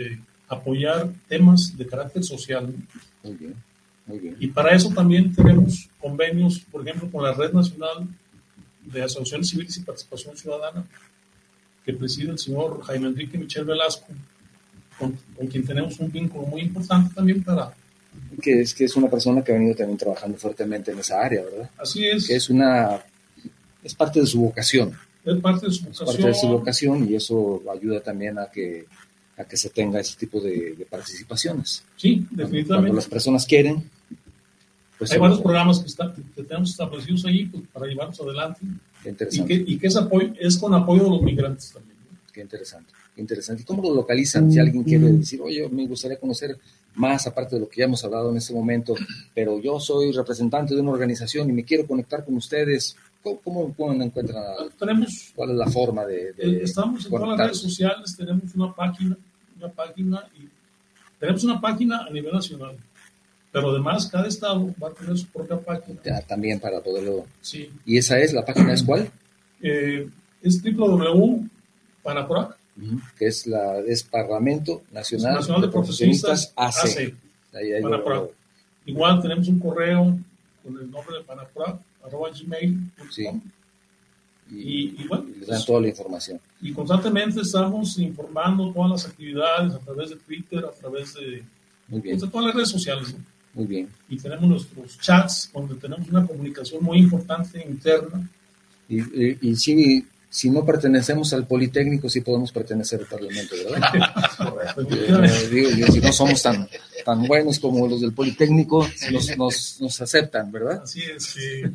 apoyar temas de carácter social, ¿no? Muy bien. Muy bien. Y para eso también tenemos convenios, por ejemplo, con la Red Nacional de Asociaciones Civiles y Participación Ciudadana, que preside el señor Jaime Enrique Michel Velasco, con quien tenemos un vínculo muy importante también para... Que es una persona que ha venido también trabajando fuertemente en esa área, ¿verdad? Así es. Que es parte de su vocación. Es parte de su vocación. Es parte de su vocación y eso ayuda también a que se tenga ese tipo de participaciones. Sí, definitivamente. Cuando las personas quieren... Pues hay varios programas que tenemos establecidos ahí pues, para llevarlos adelante. Qué interesante. Y que es con apoyo de los migrantes también, ¿no? Qué interesante. ¿Y cómo lo localizan? Si alguien quiere decir, oye, me gustaría conocer más, aparte de lo que ya hemos hablado en este momento, pero yo soy representante de una organización y me quiero conectar con ustedes, ¿cómo encuentran? ¿Cuál es la forma de estamos en todas las redes sociales, tenemos una página y tenemos una página a nivel nacional. Pero además, cada estado va a tener su propia página. Ya, también para poderlo... Sí. ¿Y esa la página es cuál? Es www.panaproac. Que es Parlamento Nacional de Profesionistas AC. Ahí Panaproac. Igual tenemos un correo con el nombre de Panaproac, @gmail.com. Sí. Y bueno, les dan toda la información. Y constantemente estamos informando todas las actividades a través de Twitter, a través de todas las redes sociales, ¿no? Muy bien. Y tenemos nuestros chats donde tenemos una comunicación muy importante interna. Y si no pertenecemos al Politécnico, sí podemos pertenecer al Parlamento, ¿verdad? Si no somos tan buenos como los del Politécnico, nos aceptan, ¿verdad? Así es.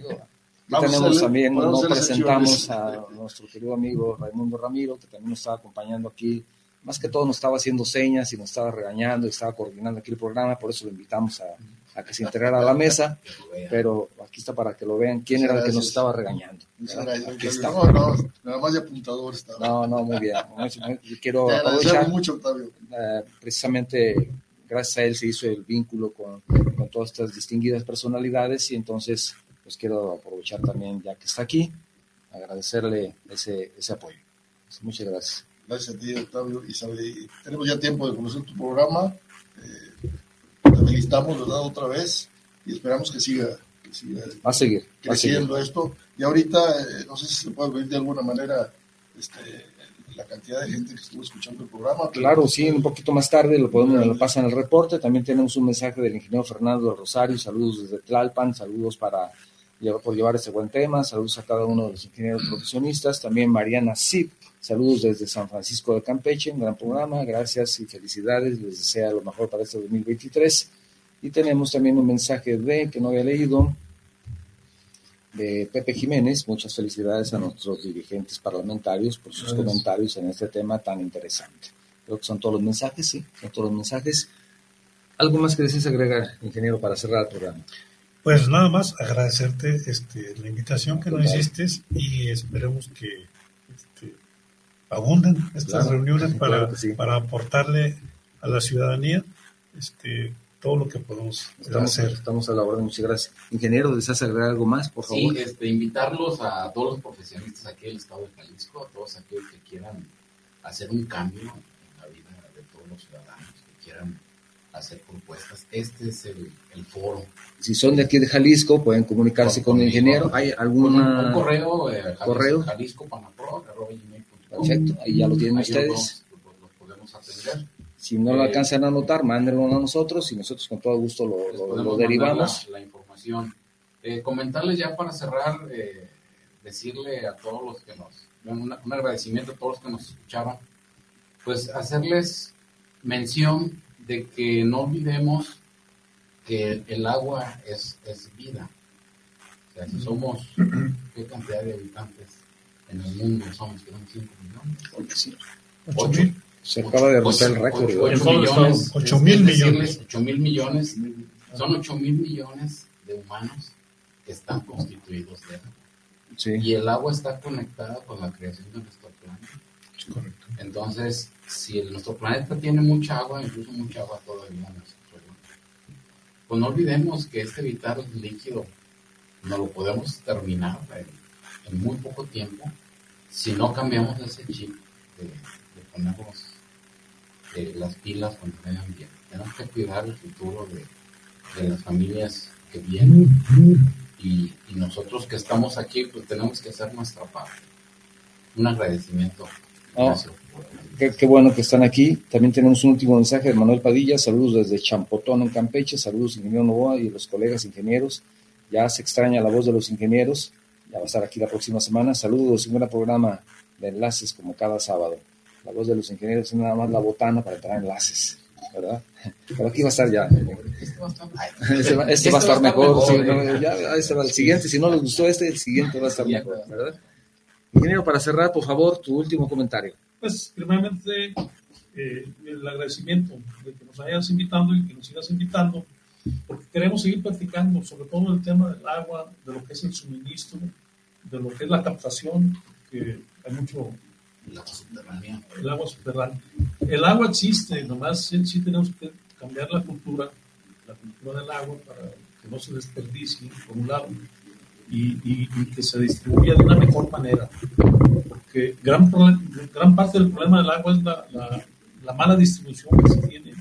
También nos presentamos a nuestro querido amigo Raimundo Ramiro, que también nos estaba acompañando aquí. Más que todo nos estaba haciendo señas y nos estaba regañando y estaba coordinando aquí el programa, por eso lo invitamos a que se integrara a la mesa, pero aquí está para que lo vean quién era el que nos estaba regañando. Aquí está. No, nada más de apuntador estaba. No, muy bien. Quiero aprovechar, mucho, Octavio. Precisamente gracias a él se hizo el vínculo con todas estas distinguidas personalidades y entonces pues quiero aprovechar también, ya que está aquí, agradecerle ese apoyo. Muchas gracias. Gracias a ti, Octavio. Y tenemos ya tiempo de conocer tu programa. Te felicitamos, ¿verdad? Otra vez. Y esperamos que siga va a seguir creciendo esto. Y ahorita, no sé si se puede ver de alguna manera la cantidad de gente que estuvo escuchando el programa. Claro, sí, un poquito más tarde lo pasan el reporte. También tenemos un mensaje del ingeniero Fernando del Rosario. Saludos desde Tlalpan, saludos por llevar este buen tema. Saludos a cada uno de los ingenieros profesionistas. También Mariana Zip. Saludos desde San Francisco de Campeche, un gran programa, gracias y felicidades, les desea lo mejor para este 2023. Y tenemos también un mensaje que no había leído, de Pepe Jiménez, muchas felicidades a nuestros dirigentes parlamentarios por sus comentarios en este tema tan interesante. Creo que son todos los mensajes, sí, son todos los mensajes. ¿Algo más que desees agregar, ingeniero, para cerrar el programa? Pues nada más agradecerte la invitación que nos hiciste y esperemos que abundan estas reuniones para aportarle a la ciudadanía todo lo que podemos hacer. Estamos a la orden, muchas gracias. Ingeniero, ¿deseas agregar algo más, por favor? Sí, invitarlos a todos los profesionalistas aquí del estado de Jalisco, a todos aquellos que quieran hacer un cambio en la vida de todos los ciudadanos, que quieran hacer propuestas. Este es el foro. Si son de aquí de Jalisco, pueden comunicarse con el ingeniero. ¿Hay alguna un correo? ¿Correo? jaliscopanapro@gmail.com. Perfecto, ahí ya lo tienen ustedes. Los podemos atender. Si no lo alcanzan a anotar, mándenlo a nosotros y nosotros con todo gusto lo derivamos. La información. Comentarles ya para cerrar, decirle a todos los que un agradecimiento a todos los que nos escucharon, pues hacerles mención de que no olvidemos que el agua es vida. O sea, si somos, ¿qué cantidad de habitantes en el mundo somos? ¿Quedamos 5 millones? 8. Se acaba de romper el récord. 8 mil millones. 8 mil millones. Son 8 mil millones de humanos que están constituidos de agua. Sí. Y el agua está conectada con la creación de nuestro planeta. Correcto. Entonces, si nuestro planeta tiene mucha agua, incluso mucha agua todavía en nuestro suelo, pues no olvidemos que este vital líquido no lo podemos terminar en muy poco tiempo si no cambiamos ese chip de ponernos las pilas con el medio ambiente. Tenemos que cuidar el futuro de las familias que vienen y nosotros que estamos aquí, pues tenemos que hacer nuestra parte. Un agradecimiento. Qué bueno que están aquí. También tenemos un último mensaje de Manuel Padilla. Saludos desde Champotón, en Campeche. Saludos, ingeniero Novoa y los colegas ingenieros. Ya se extraña la voz de los ingenieros. Ya va a estar aquí la próxima semana. Saludos, un buen programa de enlaces como cada sábado. La voz de los ingenieros es nada más la botana para entrar en enlaces, ¿verdad? Pero aquí va a estar ya. Este va a estar mejor. Sí, no, ya, este va el siguiente. Si no les gustó el siguiente va a estar mejor, ¿verdad? Ingeniero, para cerrar, por favor, tu último comentario. Pues, primeramente, el agradecimiento de que nos hayas invitado y que nos sigas invitando, porque queremos seguir practicando sobre todo el tema del agua, de lo que es el suministro, de lo que es la captación, que hay mucho... El agua subterránea. El agua subterránea. El agua existe, nomás sí tenemos que cambiar la cultura del agua para que no se desperdicie, por un lado, y que se distribuya de una mejor manera. Porque gran parte del problema del agua es la mala distribución que se tiene.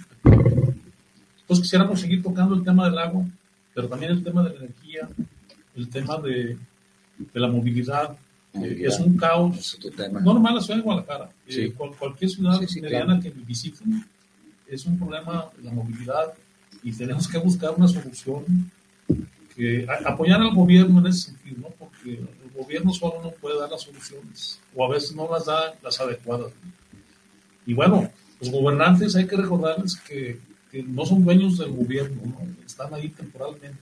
Entonces quisiéramos seguir tocando el tema del agua, pero también el tema de la energía, el tema de la movilidad. Es un caos, no nomás la ciudad de Guadalajara, sí. Cualquier ciudad mediana claro. que visiten es un problema la movilidad y tenemos que buscar una solución que apoyar al gobierno en ese sentido, ¿no? Porque el gobierno solo no puede dar las soluciones o a veces no las da las adecuadas. Y bueno, los gobernantes hay que recordarles que no son dueños del gobierno, ¿no? Están ahí temporalmente.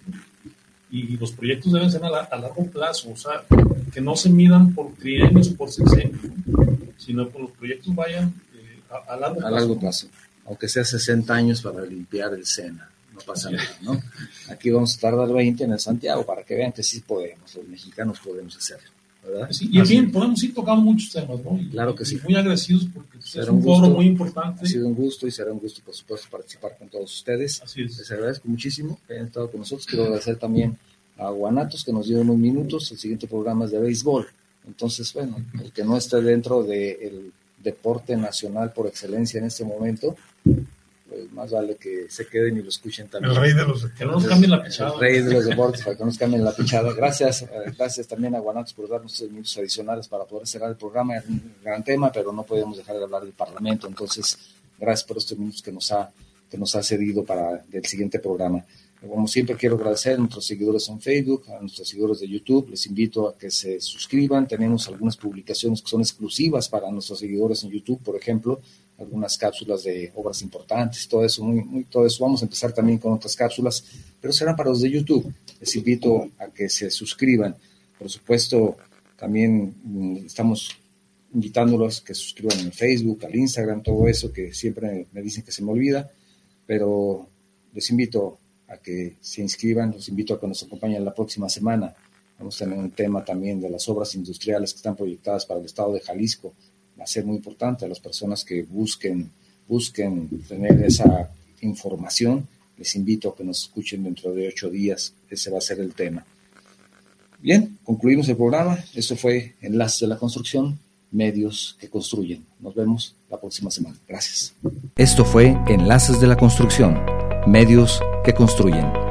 Y los proyectos deben ser a largo plazo, o sea, que no se midan por trienios o por sexenios, sino que los proyectos vayan a largo plazo. Aunque sea 60 años para limpiar el Sena, no pasa nada, ¿no? Aquí vamos a tardar 20 en el Santiago para que vean que sí podemos, los mexicanos podemos hacerlo, ¿verdad? Sí, y bien, podemos ir tocando muchos temas, ¿no? Claro que sí. Muy agradecidos porque es un foro muy importante. Ha sido un gusto y será un gusto, por supuesto, participar con todos ustedes. Así es. Les agradezco muchísimo que hayan estado con nosotros. Quiero agradecer también a Guanatos, que nos dio unos minutos. El siguiente programa es de béisbol. Entonces, bueno, el que no esté dentro del deporte nacional por excelencia en este momento, pues más vale que se queden y lo escuchen también. El rey de los que no nos cambien la pichada. El rey de los deportes, para que no nos cambien la pichada. Gracias también a Guanatos por darnos 3 minutos adicionales para poder cerrar el programa. Es un gran tema, pero no podemos dejar de hablar del Parlamento. Entonces, gracias por estos minutos que nos ha cedido para el siguiente programa. Como siempre, quiero agradecer a nuestros seguidores en Facebook, a nuestros seguidores de YouTube. Les invito a que se suscriban. Tenemos algunas publicaciones que son exclusivas para nuestros seguidores en YouTube, por ejemplo, algunas cápsulas de obras importantes, todo eso. Vamos a empezar también con otras cápsulas, pero serán para los de YouTube. Les invito a que se suscriban. Por supuesto, también estamos invitándolos a que se suscriban en Facebook, al Instagram, todo eso que siempre me dicen que se me olvida, pero les invito a que se inscriban, los invito a que nos acompañen la próxima semana. Vamos a tener un tema también de las obras industriales que están proyectadas para el estado de Jalisco. Va a ser muy importante a las personas que busquen tener esa información. Les invito a que nos escuchen dentro de 8 días. Ese va a ser el tema. Bien, concluimos el programa. Esto fue Enlaces de la Construcción, medios que construyen. Nos vemos la próxima semana. Gracias. Esto fue Enlaces de la Construcción, medios que construyen.